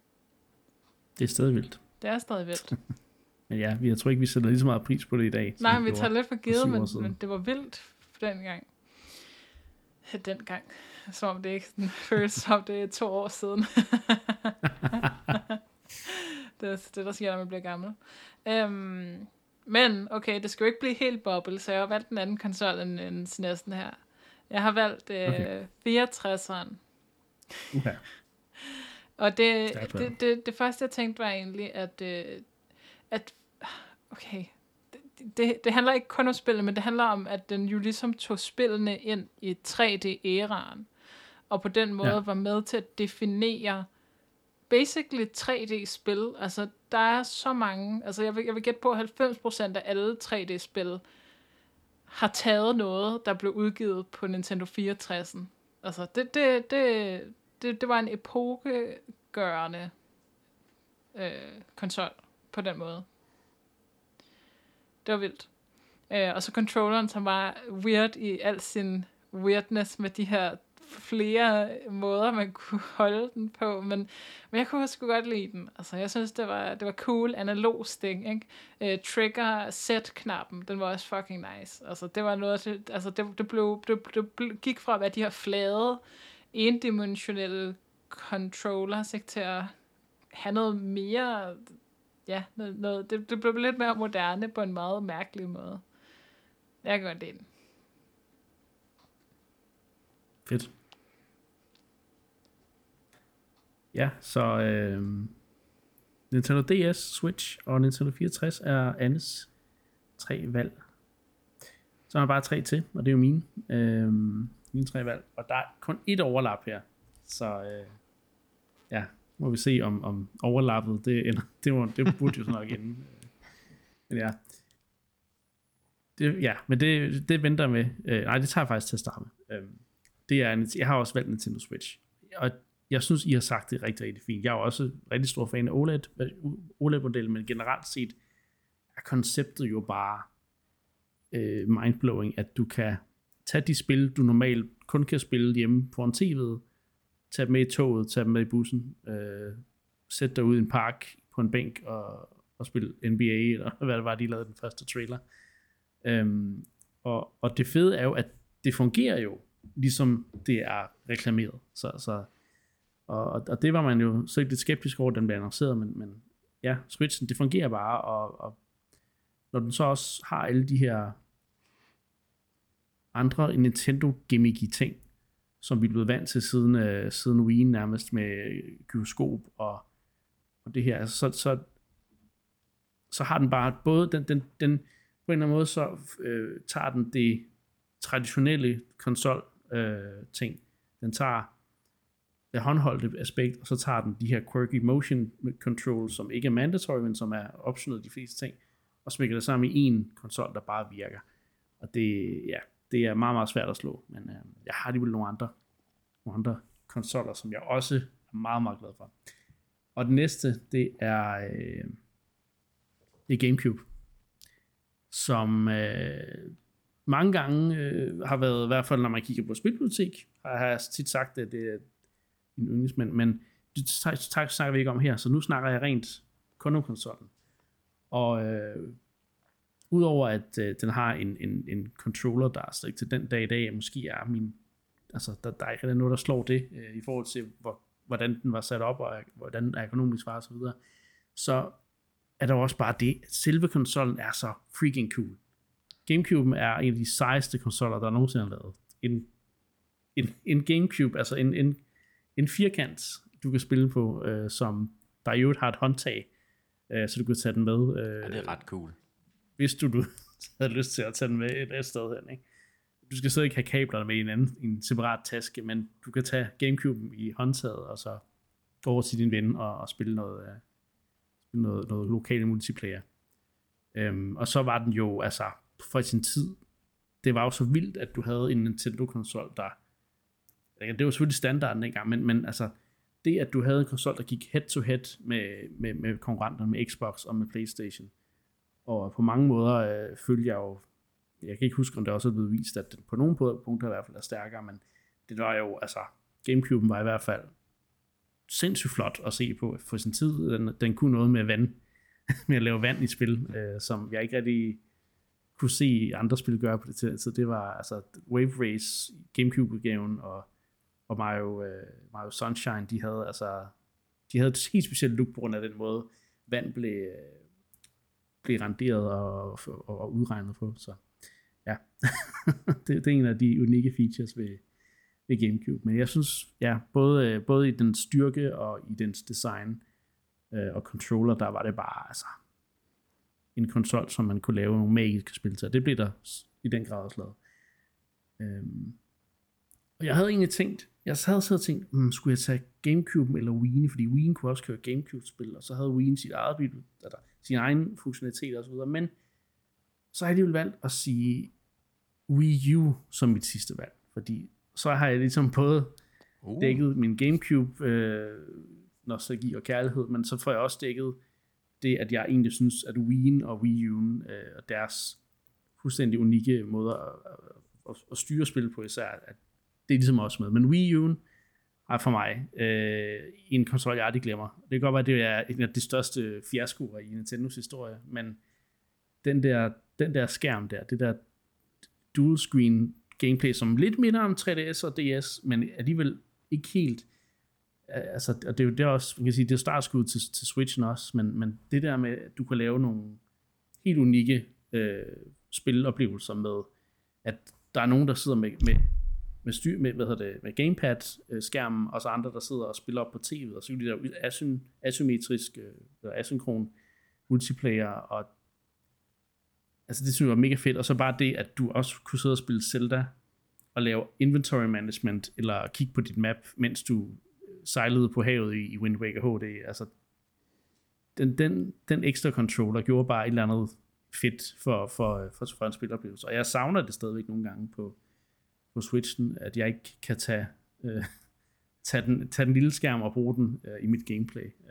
Det er stadig vildt. Det er stadig vildt. Men ja, jeg tror ikke, vi sætter lige så meget pris på det i dag. Nej, vi tager lidt for givet, men, men det var vildt den gang. Den gang. Som om det ikke sådan, føles som det er to år siden. Det er det, der sker, når man bliver gammel. Um, men, okay, det skal jo ikke blive helt boble, så jeg har valgt en anden konsol end, end S N E S'en her. Jeg har valgt øh, okay. fireogtresseren. Okay. Og det, det, det, det første, jeg tænkte, var egentlig, at, øh, at okay, det, det, det handler ikke kun om spillet, men det handler om, at den jo ligesom tog spillene ind i tre D-æraen, og på den måde ja. var med til at definere basically tre D-spil. Altså, der er så mange, altså jeg vil, jeg vil gætte på, at halvfems procent af alle tre D-spil har taget noget, der blev udgivet på Nintendo fireogtresseren. Altså, det, det, det, det, det var en epokegørende øh, konsol på den måde. Det var vildt. Øh, og så controlleren, som var weird i al sin weirdness med de her flere måder, man kunne holde den på, men, men jeg kunne sgu godt lide den. Altså, jeg synes, det var, det var cool, analog sting, ikke? Uh, trigger set-knappen, den var også fucking nice. Altså, det var noget, det, altså, det, det, blev, det, det blev, gik fra at være de her flade, endimensionelle controllers, ikke, til at have noget mere, ja, noget, noget, det, det blev lidt mere moderne på en meget mærkelig måde. Jeg kan godt lide den. Fedt. Ja, så øh, Nintendo D S, Switch og Nintendo fireogtres er Annes tre valg. Så har jeg bare tre til, og det er jo mine. Øh, mine tre valg. Og der er kun et overlap her. Så øh, ja, må vi se om, om overlappet, det, eller, det, må, det burde jo så nok ende. Men ja. Det, ja, men det, det venter med. Øh, nej, det tager jeg faktisk til at starte med. Øh, det er, jeg har også valgt Nintendo Switch. Og jeg synes, I har sagt det rigtig, rigtig fint. Jeg er også rigtig stor fan af O L E D, O L E D-modellen, men generelt set er konceptet jo bare øh, mindblowing, at du kan tage de spil, du normalt kun kan spille hjemme på en T V, tage dem med i toget, tage dem med i bussen, øh, sætte dig ud i en park på en bænk og, og spille N B A, eller hvad det var, de lavede den første trailer. Øhm, Og, og det fede er jo, at det fungerer jo, ligesom det er reklameret. Så, så, og, og det var man jo så lidt skeptisk over, at den blev annonceret, men, men ja, Switchen, det fungerer bare, og, og når den så også har alle de her andre Nintendo-gimmicky ting, som vi er blevet vant til siden, uh, siden Wii nærmest med gyroskop og, og det her, altså, så, så, så har den bare både, den, den, den på en eller anden måde, så øh, tager den det traditionelle konsol øh, ting, den tager det håndholdte aspekt, og så tager den de her quirky motion controls, som ikke er mandatory, men som er optional de fleste ting, og smækker det sammen i en konsol, der bare virker. Og det, ja, det er meget, meget svært at slå, men øh, jeg har alligevel nogle andre, nogle andre konsoller, som jeg også er meget, meget glad for. Og det næste, det er, øh, det er GameCube, som øh, mange gange øh, har været, i hvert fald når man kigger på spilbibliotek, har jeg tit sagt, at det er min yndlingsmænd, men det snakker vi ikke om her, så nu snakker jeg rent kun om konsollen. Og øh, udover at øh, den har en, en, en controller, der er til den dag i dag, måske er min, altså der, der er ikke noget, der slår det, øh, i forhold til, hvor, hvordan den var sat op, og hvordan den ergonomisk var, og så videre, så er der også bare det, at selve konsollen er så freaking cool. GameCube er en af de sejeste konsoller, der nogensinde har lavet. En, en, en GameCube, altså en, en, en firkant, du kan spille på, øh, som der i øvrigt har et håndtag, øh, så du kan tage den med. Øh, ja, det er ret cool. Hvis du, du havde lyst til at tage den med et andet sted hen, ikke? Du skal så ikke have kablerne med i en, anden, en separat taske, men du kan tage GameCube i håndtaget, og så gå over til din ven og, og spille noget, øh, spille noget, noget lokale multiplayer. Øhm, og så var den jo, altså, for sin tid, det var jo så vildt, at du havde en Nintendo-konsol, der, det var selvfølgelig standarden dengang, men, men altså, det at du havde en konsol, der gik head-to-head med, med, med konkurrenterne, med Xbox og med PlayStation, og på mange måder øh, følger jeg jo, jeg kan ikke huske, om det også er blevet vist, at den på nogle punkter i hvert fald er stærkere, men det var jo, altså, GameCube var i hvert fald sindssygt flot at se på for sin tid. Den, den kunne noget med vand, med at lave vand i spil, øh, som jeg ikke rigtig kunne se andre spil gøre på det tid. Så det var altså Wave Race, GameCube-udgaven og, og Mario, øh, Mario Sunshine, de havde altså, de havde et helt specielt look på grund af den måde, vand blev, blev renderet og, og, og udregnet på. Så ja, det, det er en af de unikke features ved, ved GameCube. Men jeg synes, ja, både, både i den styrke og i dens design øh, og controller, der var det bare altså en konsol, som man kunne lave nogle magiske spil til. Det blev der i den grad også lavet. Øhm. Og jeg havde egentlig tænkt, jeg havde siddet og tænkt, hmm, skulle jeg tage GameCube eller Wii, fordi Wii kunne også køre GameCube-spil, og så havde Wii sit eget bil, altså sin egen funktionalitet og så videre. Men så har jeg alligevel valgt at sige Wii U som mit sidste valg, fordi så har jeg ligesom både uh. dækket min GameCube øh, nostalgi og kærlighed, men så får jeg også dækket det, at jeg egentlig synes, at Wii'en og Wii U'en øh, og deres fuldstændig unikke måder at, at, at styre spil på især, at det er ligesom også med. Men Wii U'en er for mig øh, en konsol, jeg aldrig glemmer. Det kan godt være, at det er en af de største fiaskoer i Nintendos historie, men den der, den der skærm der, det der dual screen gameplay, som lidt minder om tre D S og D S, men alligevel ikke helt. Altså, og det er jo det også, man kan sige, det er startskud til, til Switchen også, men, men det der med, at du kan lave nogle helt unikke øh, spiloplevelser med, at der er nogen, der sidder med, med, med, styr, med, hvad hedder det, med gamepad-skærmen, og så andre, der sidder og spiller op på T V'et, og så er de der asyn, asymmetrisk, eller asynkron multiplayer, og altså det synes jeg var mega fedt, og så bare det, at du også kunne sidde og spille Zelda, og lave inventory management, eller kigge på dit map, mens du sejlede på havet i, i Wind Waker H D, altså den, den, den ekstra controller gjorde bare et eller andet fedt for, for, for, for en spiloplevelse, og jeg savner det stadigvæk nogle gange på, på Switchen, at jeg ikke kan tage, øh, tage, den, tage den lille skærm og bruge den øh, i mit gameplay. Øh.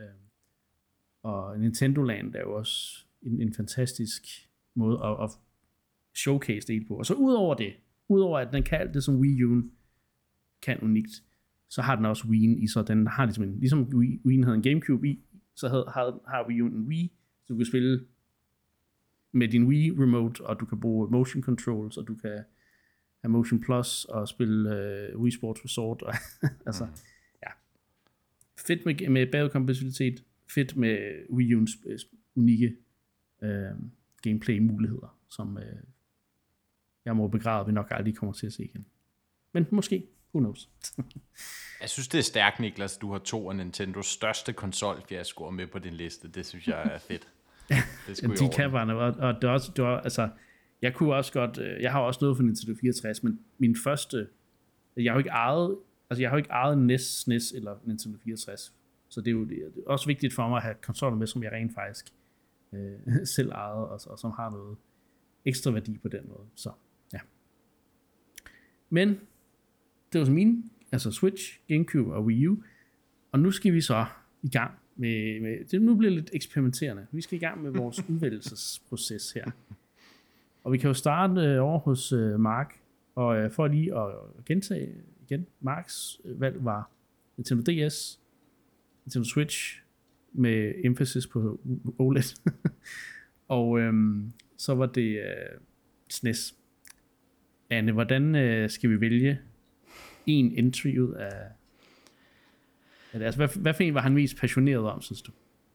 Og Nintendo Land er jo også en, en fantastisk måde at, at showcase det på. Og så udover det, udover at den kan alt det, som Wii U'en kan unikt, så har den også Wii'en i, så den har ligesom en, ligesom Wii, Wii'en havde en GameCube i, så havde, havde, har Wii U'en en Wii, så du kan spille med din Wii Remote, og du kan bruge motion controls, og du kan have Motion Plus og spille uh, Wii Sports Resort. Og altså, mm. ja. Fedt med, med bagudkompatibilitet, fedt med Wii U's unikke uh, gameplay-muligheder, som uh, jeg må begræde, vi nok aldrig kommer til at se igen. Men måske, who knows. Jeg synes, det er stærkt, Niklas. Du har to af Nintendos største konsolfiaskoer med på din liste. Det synes jeg er fedt. Det ja, de kan bare, og, og det er også, det var, altså, jeg kunne også godt, jeg har også noget for Nintendo fireogtres, men min første, jeg har jo ikke ejet, altså jeg har jo ikke ejet N E S, S N E S eller Nintendo fireogtres, så det er jo det er også vigtigt for mig at have konsoller med, som jeg rent faktisk øh, selv ejet, og, og som har noget ekstra værdi på den måde, så ja. Men, det var så mine, altså Switch, GameCube og Wii U, og nu skal vi så i gang med, med det nu bliver lidt eksperimenterende. Vi skal i gang med vores udvælgelsesproces her. Og vi kan jo starte øh, over hos øh, Mark, og øh, for lige at gentage igen, Marks øh, valg var Nintendo D S, Nintendo Switch, med emphasis på O L E D, og øhm, så var det øh, S N E S. Anne, hvordan øh, skal vi vælge en entry ud af, af det? Altså, hvad, hvad for en var han mest passioneret om, synes du?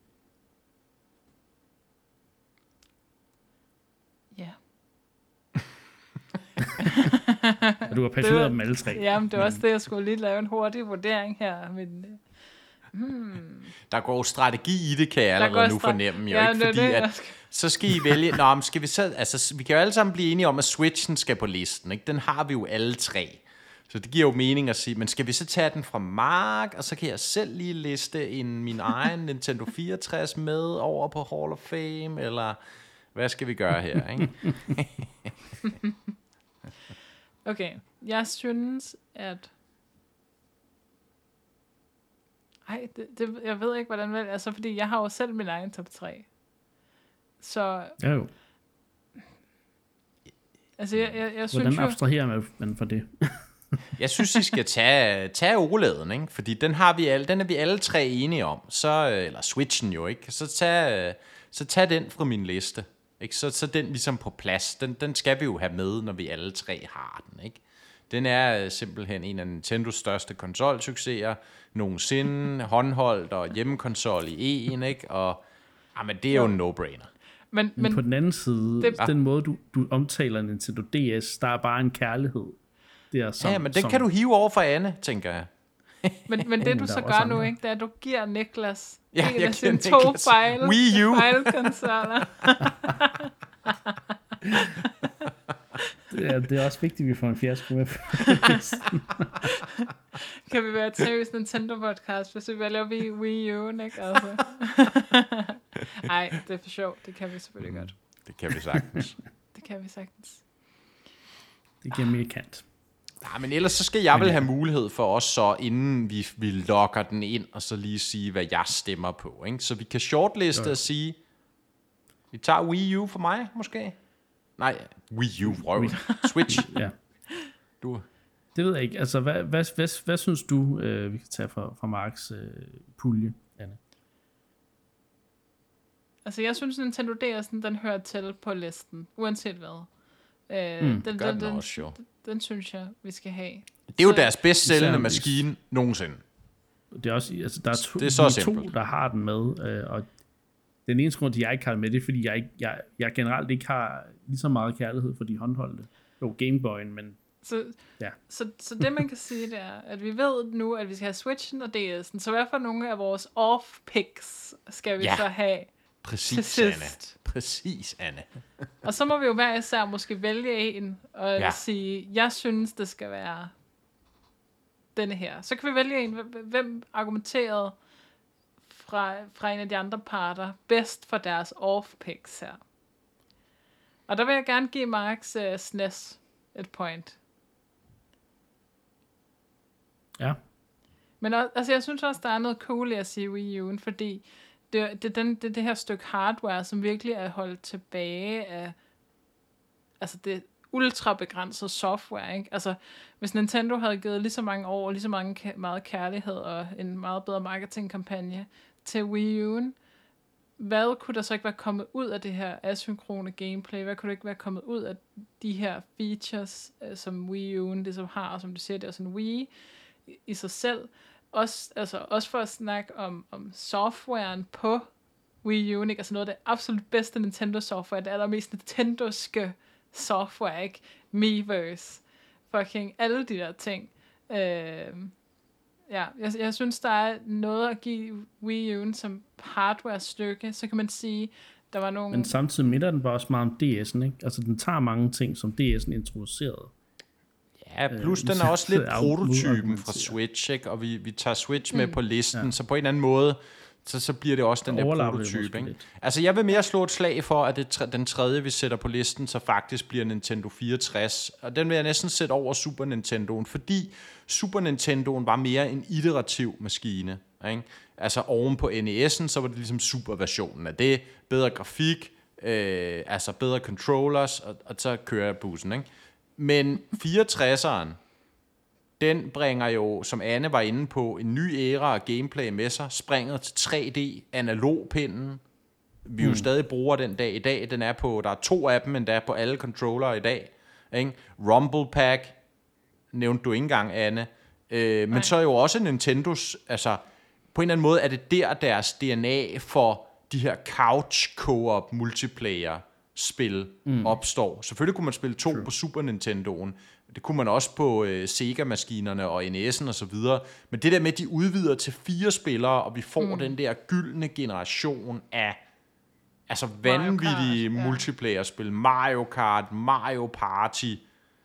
Ja. Og du var passioneret om alle tre. Jamen, det var også det, jeg skulle lige lave en hurtig vurdering her. Men, hmm. Der går strategi i det, kan jeg allerede nu fornemme. Jo, ja, ikke? Fordi det, at, så skal I vælge... Nå, men skal vi, så, altså, vi kan jo alle sammen blive enige om, at Switchen skal på listen. Ikke? Den har vi jo alle tre. Så det giver jo mening at sige, men skal vi så tage den fra Mark, og så kan jeg selv lige liste en, min egen Nintendo fireogtres med over på Hall of Fame, eller hvad skal vi gøre her, ikke? Okay, jeg synes, at... Ej, det, det, jeg ved ikke, hvordan vel... Altså, fordi jeg har jo selv min egen top tre. Så... Ja jo. Altså, jeg, jeg, jeg hvordan synes jo... abstraherer man for det? Jeg synes, I skal tage, tage O L E D'en, ikke? Fordi den, har vi alle, den er vi alle tre enige om. Så, eller Switchen jo, ikke? Så tag, så tag den fra min liste. Ikke? Så, så den ligesom på plads. Den, den skal vi jo have med, når vi alle tre har den, ikke? Den er simpelthen en af Nintendos største konsolsucceser nogensinde, håndholdt og hjemmekonsol i en, ikke? Og jamen, det er jo en no-brainer. Men, men, men på den anden side, det, den måde, du, du omtaler Nintendo D S, der er bare en kærlighed. Det er som, ja, men den som, kan du hive over for Anne, tænker jeg. men, men det, du så gør nu, ikke, det er, at du giver Niklas ja, en af sine to fejl, Wii U. fejlkonsoller. det, er, det er også vigtigt, at vi får en fiasko med. Kan vi være et seriøst Nintendo-podcast, hvis vi vælger Wii, Wii U, ikke? Altså. Ej, det er for sjovt. Det kan vi selvfølgelig godt. Det kan vi sagtens. Det kan vi sagtens. Det giver mere kant. Ja, men ellers så skal jeg vel have mulighed for os så, inden vi, vi logger den ind, og så lige sige, hvad jeg stemmer på. Ikke? Så vi kan shortliste og sige, vi tager Wii U for mig, måske? Nej, Wii U, røv. Switch. Ja. Du. Det ved jeg ikke. Altså, hvad, hvad, hvad, hvad synes du, øh, vi kan tage fra, fra Marks øh, pulje, Anne? Altså, jeg synes, Nintendo D S'en, den hører til på listen, uanset hvad. Øh, mm, den, den, den, også, sure. den, den synes jeg, vi skal have. Det er jo så, deres bedst sælgende maskine nogensinde. Det er også, altså, der er to, det er så de to, der har den med, øh, og den eneste grund, jeg ikke har den med, det er, fordi jeg, ikke, jeg, jeg generelt ikke har lige så meget kærlighed for de håndholdte. Jo, Gameboy'en, men så, ja. Så, så det, man kan sige, det er, at vi ved nu, at vi skal have Switchen og D S'en, så hvad for nogle af vores off-picks skal vi ja. så have? Præcis, Anne. Præcis, Anne. Og så må vi jo hver især måske vælge en og ja. sige, jeg synes, det skal være denne her. Så kan vi vælge en, hvem argumenterede fra, fra en af de andre parter bedst for deres off-picks her. Og der vil jeg gerne give Marks uh, S N E S et point. Ja. Men altså, jeg synes også, der er noget cool i at sige Wii U'en, fordi det, det, den, det, det her stykke hardware, som virkelig er holdt tilbage af altså det ultra begrænsede software, ikke? Altså, hvis Nintendo havde givet lige så mange år, lige så mange, meget kærlighed og en meget bedre marketingkampagne til Wii U'en, hvad kunne der så ikke være kommet ud af det her asynkrone gameplay? Hvad kunne der ikke være kommet ud af de her features, øh, som Wii U'en ligesom har, og som du siger, det er sådan Wii i, i sig selv. Også, altså, også for at snakke om, om softwaren på Wii U'en, ikke? Altså noget af det absolut bedste Nintendo-software, det allermest Nintendoske software, ikke? Miiverse, fucking alle de der ting. Øh, ja, jeg, jeg synes, der er noget at give Wii U'en som hardware-stykke, så kan man sige, der var nogle... Men samtidig minder den bare også meget om D S'en, ikke? Altså, den tager mange ting, som D S'en introducerede. Ja, plus øh, den er også lidt prototypen fra Switch, ikke? Og vi, vi tager Switch med mm. på listen, ja. Så på en eller anden måde, så, så bliver det også den der prototype, ikke? Altså, jeg vil mere slå et slag for, at det, den tredje, vi sætter på listen, så faktisk bliver Nintendo fireogtres. Og den vil jeg næsten sætte over Super Nintendoen, fordi Super Nintendoen var mere en iterativ maskine, ikke? Altså, oven på N E S'en, så var det ligesom super-versionen af det. Bedre grafik, øh, altså bedre controllers, og, og så kører bussen, ikke? Men fireogtresseren, den bringer jo, som Anne var inde på, en ny æra af gameplay med sig, springet til tre D, analogpinden. Vi jo mm. stadig bruger den dag i dag. Den er på, der er to af dem, endda på alle controllere i dag. Ikke? Rumble Pack, nævnte du ikke engang, Anne. Øh, men så er jo også Nintendos, altså på en eller anden måde er det der deres D N A for de her couch co-op multiplayer spil mm. opstår. Selvfølgelig kunne man spille to True. På Super Nintendoen. Det kunne man også på øh, Sega-maskinerne og N E S'en og så videre. Men det der med, at de udvider til fire spillere, og vi får mm. den der gyldne generation af altså vanvittige Kart, multiplayer-spil. Ja. Mario Kart, Mario Party,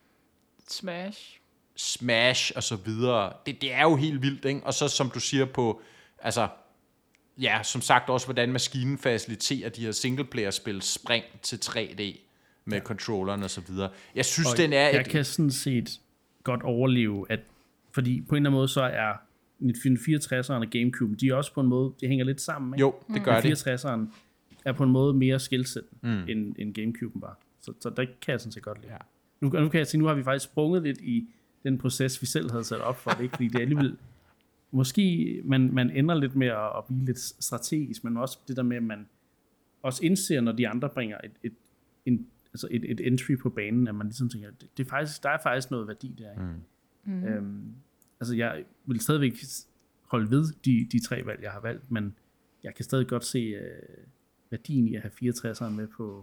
Smash. Smash og så videre. Det, det er jo helt vildt, ikke? Og så som du siger på, altså ja, som sagt også, hvordan maskinen faciliterer de her singleplayer-spil spring til tre D med ja. Controlleren og så videre. Jeg synes, og den er... Jeg et... kan sådan set godt overleve, at fordi på en eller anden måde, så er fireogtresseren og Gamecube, de er også på en måde, de hænger lidt sammen, ikke? Jo, det gør det. fireogtresseren er på en måde mere skillsættende, mm. end, end Gamecuben var. Så, så der kan jeg sådan set godt lide. Ja. Nu, nu kan jeg sige, nu har vi faktisk sprunget lidt i den proces, vi selv havde sat op for det, ikke? Fordi det er alligevel... Måske man, man ender lidt med at, at blive lidt strategisk, men også det der med, at man også indser, når de andre bringer et, et, en, altså et, et entry på banen, at man ligesom tænker, det, det er faktisk, der er faktisk noget værdi der. Ikke? Mm. Øhm, altså jeg vil stadigvæk holde ved de, de tre valg, jeg har valgt, men jeg kan stadig godt se øh, værdien i at have fireogtresseren med på,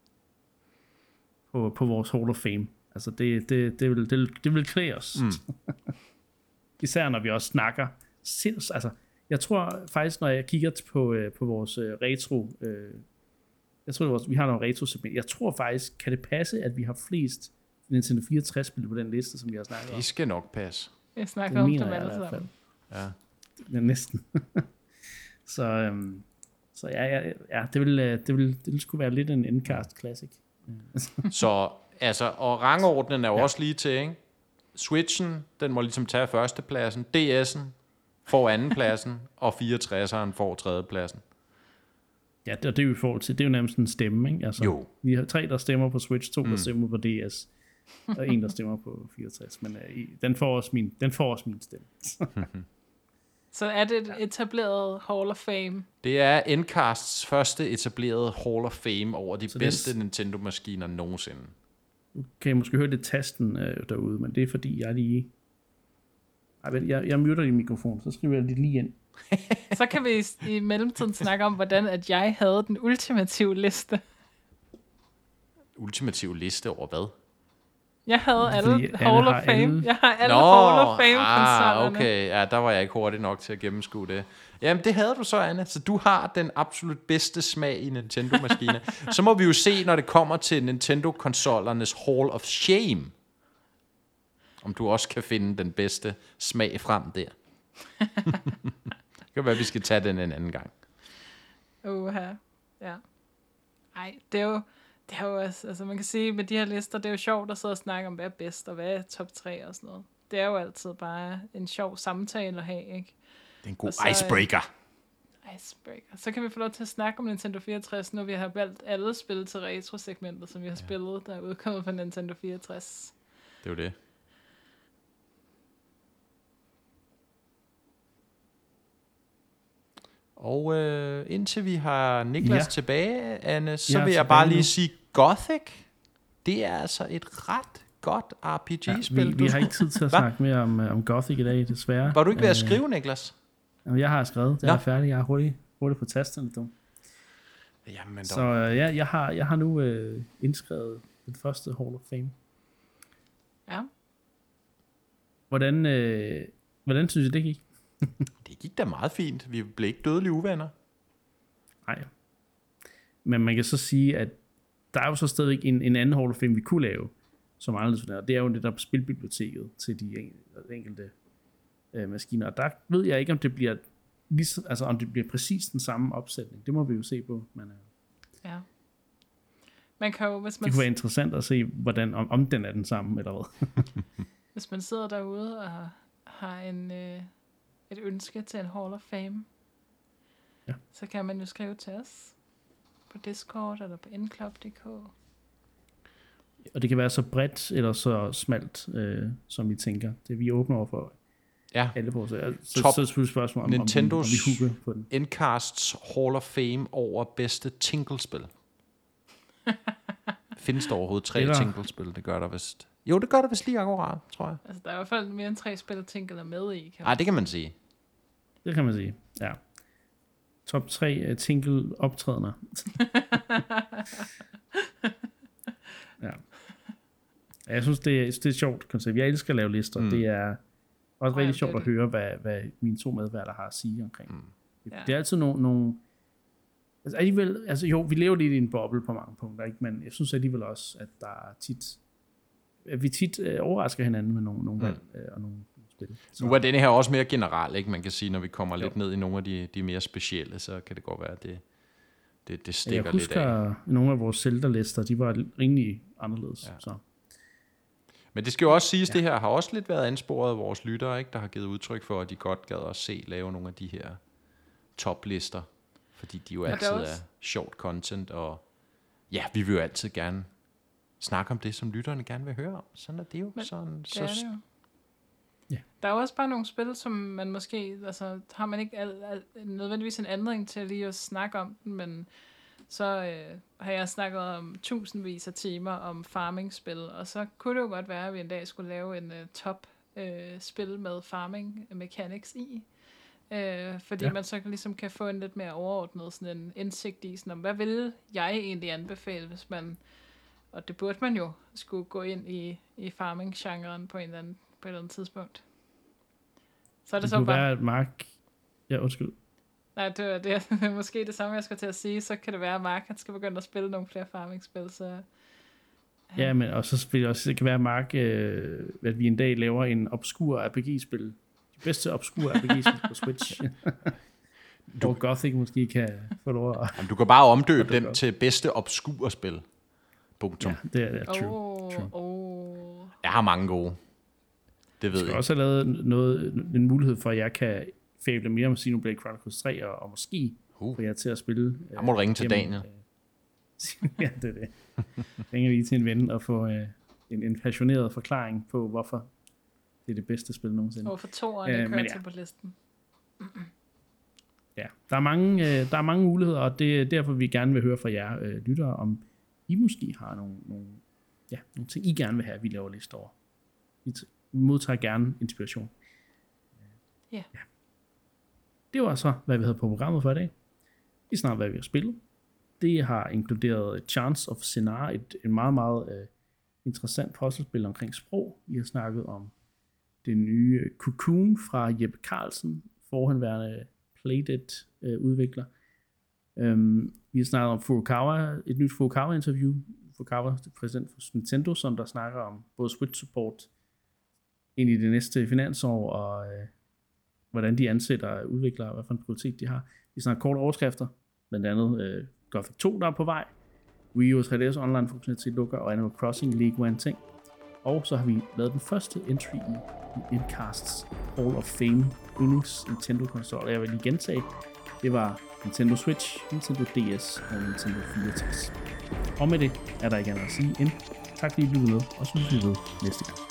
på, på vores Hall of Fame. Altså det, det, det, vil, det, det vil klæde os. Mm. Især når vi også snakker sinds, altså jeg tror faktisk, når jeg kigger på, øh, på vores øh, retro, øh, jeg tror vores, vi har nogle retro segment, jeg tror faktisk, kan det passe, at vi har flest Nintendo fireogtres spil på den liste, som vi har snakket om? Det skal nok passe. Jeg snakker om dem alle sammen. Ja. Ja, næsten. så øhm, så ja, ja, ja det, vil, det, vil, det vil sgu være lidt en endcast classic. Så altså, og rangordnen er jo ja. Også lige til, ikke? Switchen, den må ligesom tage førstepladsen, D S'en får andenpladsen, og fireogtresseren får tredjepladsen. Ja, det er det, vi får til. Det er jo nærmest en stemme, ikke? Altså, jo. Vi har tre, der stemmer på Switch, to, der mm. stemmer på D S, og en, der stemmer på fireogtres. Men uh, den, får også min, den får også min stemme. Så er det et etableret Hall of Fame? Det er Endcasts første etablerede Hall of Fame over de Så bedste den... Nintendo-maskiner nogensinde. Nu kan I måske høre det tasten øh, derude, men det er fordi, jeg er lige... Ej, jeg, jeg muter din mikrofon, så skriver jeg lidt lige ind. Så kan vi i, i mellemtiden snakke om, hvordan at jeg havde den ultimative liste. Ultimative liste over hvad? Jeg havde alle fordi Hall of Fame. Alle... Jeg har alle Nå, Hall of Fame ah, okay. Ja, der var jeg ikke hurtig nok til at gennemskue det. Jamen, det havde du så, Anne. Så du har den absolut bedste smag i Nintendo-maskiner. Så må vi jo se, når det kommer til Nintendo-konsollernes Hall of Shame, om du også kan finde den bedste smag frem der. Det kan være, vi skal tage den en anden gang. Uha, ja. Ej, det er jo... Det er jo også, altså man kan sige, med de her lister, det er jo sjovt at sidde og snakke om, hvad er bedst, og hvad er top tre og sådan noget. Det er jo altid bare en sjov samtale at have, ikke? Det er en god så, icebreaker. Icebreaker. Så kan vi få lov til at snakke om Nintendo fireogtres, når vi har valgt alle spil til retro-segmentet, som vi har ja. spillet, der er udkommet fra Nintendo fireogtres. Det er jo det. Og øh, indtil vi har Niklas Ja. tilbage, Anne, så Jeg er vil jeg tilbage bare lige nu. sige, Gothic, det er altså et ret godt R P G-spil. Ja, vi, vi har ikke tid til at Hva? snakke mere om, uh, om Gothic i dag, desværre. Var du ikke ved at Øh, skrive, Niklas? Jamen, jeg har skrevet, det Nå. er færdigt. Jeg er hurtigt, hurtigt på tasterne, du. Jamen Så uh, ja, jeg har, jeg har nu uh, indskrevet den første Hall of Fame. Ja. Hvordan, uh, hvordan synes I, det gik? Det gik da meget fint. Vi blev ikke dødelige uvenner. Nej. Men man kan så sige, at der er jo så stadigvæk en, en anden Hall of Fame, vi kunne lave, som anderledes for det, og det er jo det der spilbiblioteket til de enkelte, enkelte øh, maskiner. Og der ved jeg ikke, om det bliver lige, altså om det bliver præcis den samme opsætning. Det må vi jo se på. Men, øh, Ja. Man kan jo, hvis man, det kunne være interessant at se, hvordan, om, om den er den samme, eller hvad. hvis man sidder derude og har, har en, øh, et ønske til en Hall of Fame, Ja. så kan man jo skrive til os på Discord eller på Inclub punktum d k. Og det kan være så bredt eller så smalt, øh, som vi tænker. Det vi åbner over for Ja. alle på. Så, så, Top så er det selvfølgelig et spørgsmål, om, om, vi, om Nintendos- vi hooker på den. Endcasts Hall of Fame over bedste Tingle-spil. Findes der overhovedet tre Eller- Tingle-spil? Det gør der vist. Jo, det gør der vist lige akkurat, tror jeg. Altså, der er i hvert fald mere end tre spil, ting eller med i. Kan Nej, det kan man sige. Det kan man sige, ja. Top tre uh, Tingle optrædener. Ja. Ja, jeg synes, det er, det er et sjovt koncept. Jeg elsker at lave lister. Mm. Mm. Det er også Ja, rigtig det sjovt er at det. høre, hvad, hvad mine to medværter har at sige omkring. Mm. Mm. Ja. Det er altid nogle... nogle altså, alligevel, altså jo, vi lever lidt i en boble på mange punkter, ikke? Men jeg synes alligevel også, at der er tit... At vi tit øh, overrasker hinanden med nogle, nogle Mm. valg øh, og nogle spil. Så, Nu er denne her også mere generel, ikke? Man kan sige, når vi kommer Jo. lidt ned i nogle af de, de mere specielle, så kan det godt være, at det, det, det stikker jeg lidt husker, af. at nogle af vores Zelda-lister, de var rimelig anderledes. Ja. Ja. Så. Men det skal jo også siges, Ja. det her har også lidt været ansporet af vores lyttere, ikke? Der har givet udtryk for, at de godt gad at se lave nogle af de her toplister, fordi de jo der altid er er, også- sjovt content, og ja, vi vil jo altid gerne snakke om det, som lytterne gerne vil høre om. Sådan er det jo. Men Sådan, Det så, er det jo. Ja. Der er jo også bare nogle spil, som man måske, altså har man ikke al, al, nødvendigvis en anledning til lige at snakke om den, men så øh, har jeg snakket om tusindvis af timer om farming-spil, og så kunne det jo godt være, at vi en dag skulle lave en uh, top-spil uh, med farming mechanics i, uh, fordi ja. Ja. man så ligesom kan få en lidt mere overordnet sådan en indsigt i, sådan, om hvad vil jeg egentlig anbefale, hvis man, og det burde man jo, skulle gå ind i, i farming-genren på en eller anden på et eller andet tidspunkt. Så er det, Det så kunne bare... være, at Mark... Ja, undskyld. Nej, det er, det er måske det samme, jeg skal til at sige. Så kan det være, at Mark han skal begynde at spille nogle flere farming-spil. Så... Ja, men og så vil det også, det kan være, Mark, øh, at vi en dag laver en obskur R P G-spil. De bedste obskur R P G-spil på Switch. Du... Hvor Gothic måske kan få lov at... jamen, du kan bare omdøbe det er den godt. til bedste obskurspil. Punktum. Ja, det er, det er true. Åh, true. åh. Jeg har mange gode. Det ved Vi skal jeg. også have lavet noget, en mulighed for, at jeg kan fable mere om Xenoblade Chronicles tre, og, og måske Uh. få jer til at spille. Der må du ringe til Daniel. Øh, ja, det er det. Ringer lige til en ven og få øh, en, en passioneret forklaring på, hvorfor det er det bedste spil nogensinde. Og for to år, jeg Øh, kører men til ja. på listen. Ja, der er mange, øh, der er mange muligheder, og det er derfor, vi gerne vil høre fra jer øh, lyttere, om I måske har nogle, nogle, ja, nogle ting, I gerne vil have, at vi laver lister over. Vi t- vi modtager gerne inspiration. Ja. ja. Det var så, hvad vi havde på programmet for i dag. Vi snakker, hvad vi har spillet. Det har inkluderet Chance of Sennaar, et, et meget, meget øh, interessant puzzlespil omkring sprog. Vi har snakket om det nye Cocoon fra Jeppe Carlsen, forhenværende Playdead øh, udvikler. Um, vi har snakket om Furukawa, et nyt Furukawa-interview. Furukawa, præsident for Nintendo, som der snakker om både Switch-support ind i det næste finansår, og øh, hvordan de ansætter udviklere, hvad for en prioritet de har. Vi snakker korte overskrifter, blandt andet øh, Gothic to, der er på vej. Wii U tre D S online funktionalitet lukker, og Animal Crossing League en ting. Og så har vi lavet den første entry i, i Endcasts Hall of Fame yndlings Nintendo-konsol. Og jeg vil lige gentage, det var Nintendo Switch, Nintendo D S og Nintendo fireogtres. Og med det er der ikke andet at sige end tak fordi I blev med, og så synes vi ved næste gang.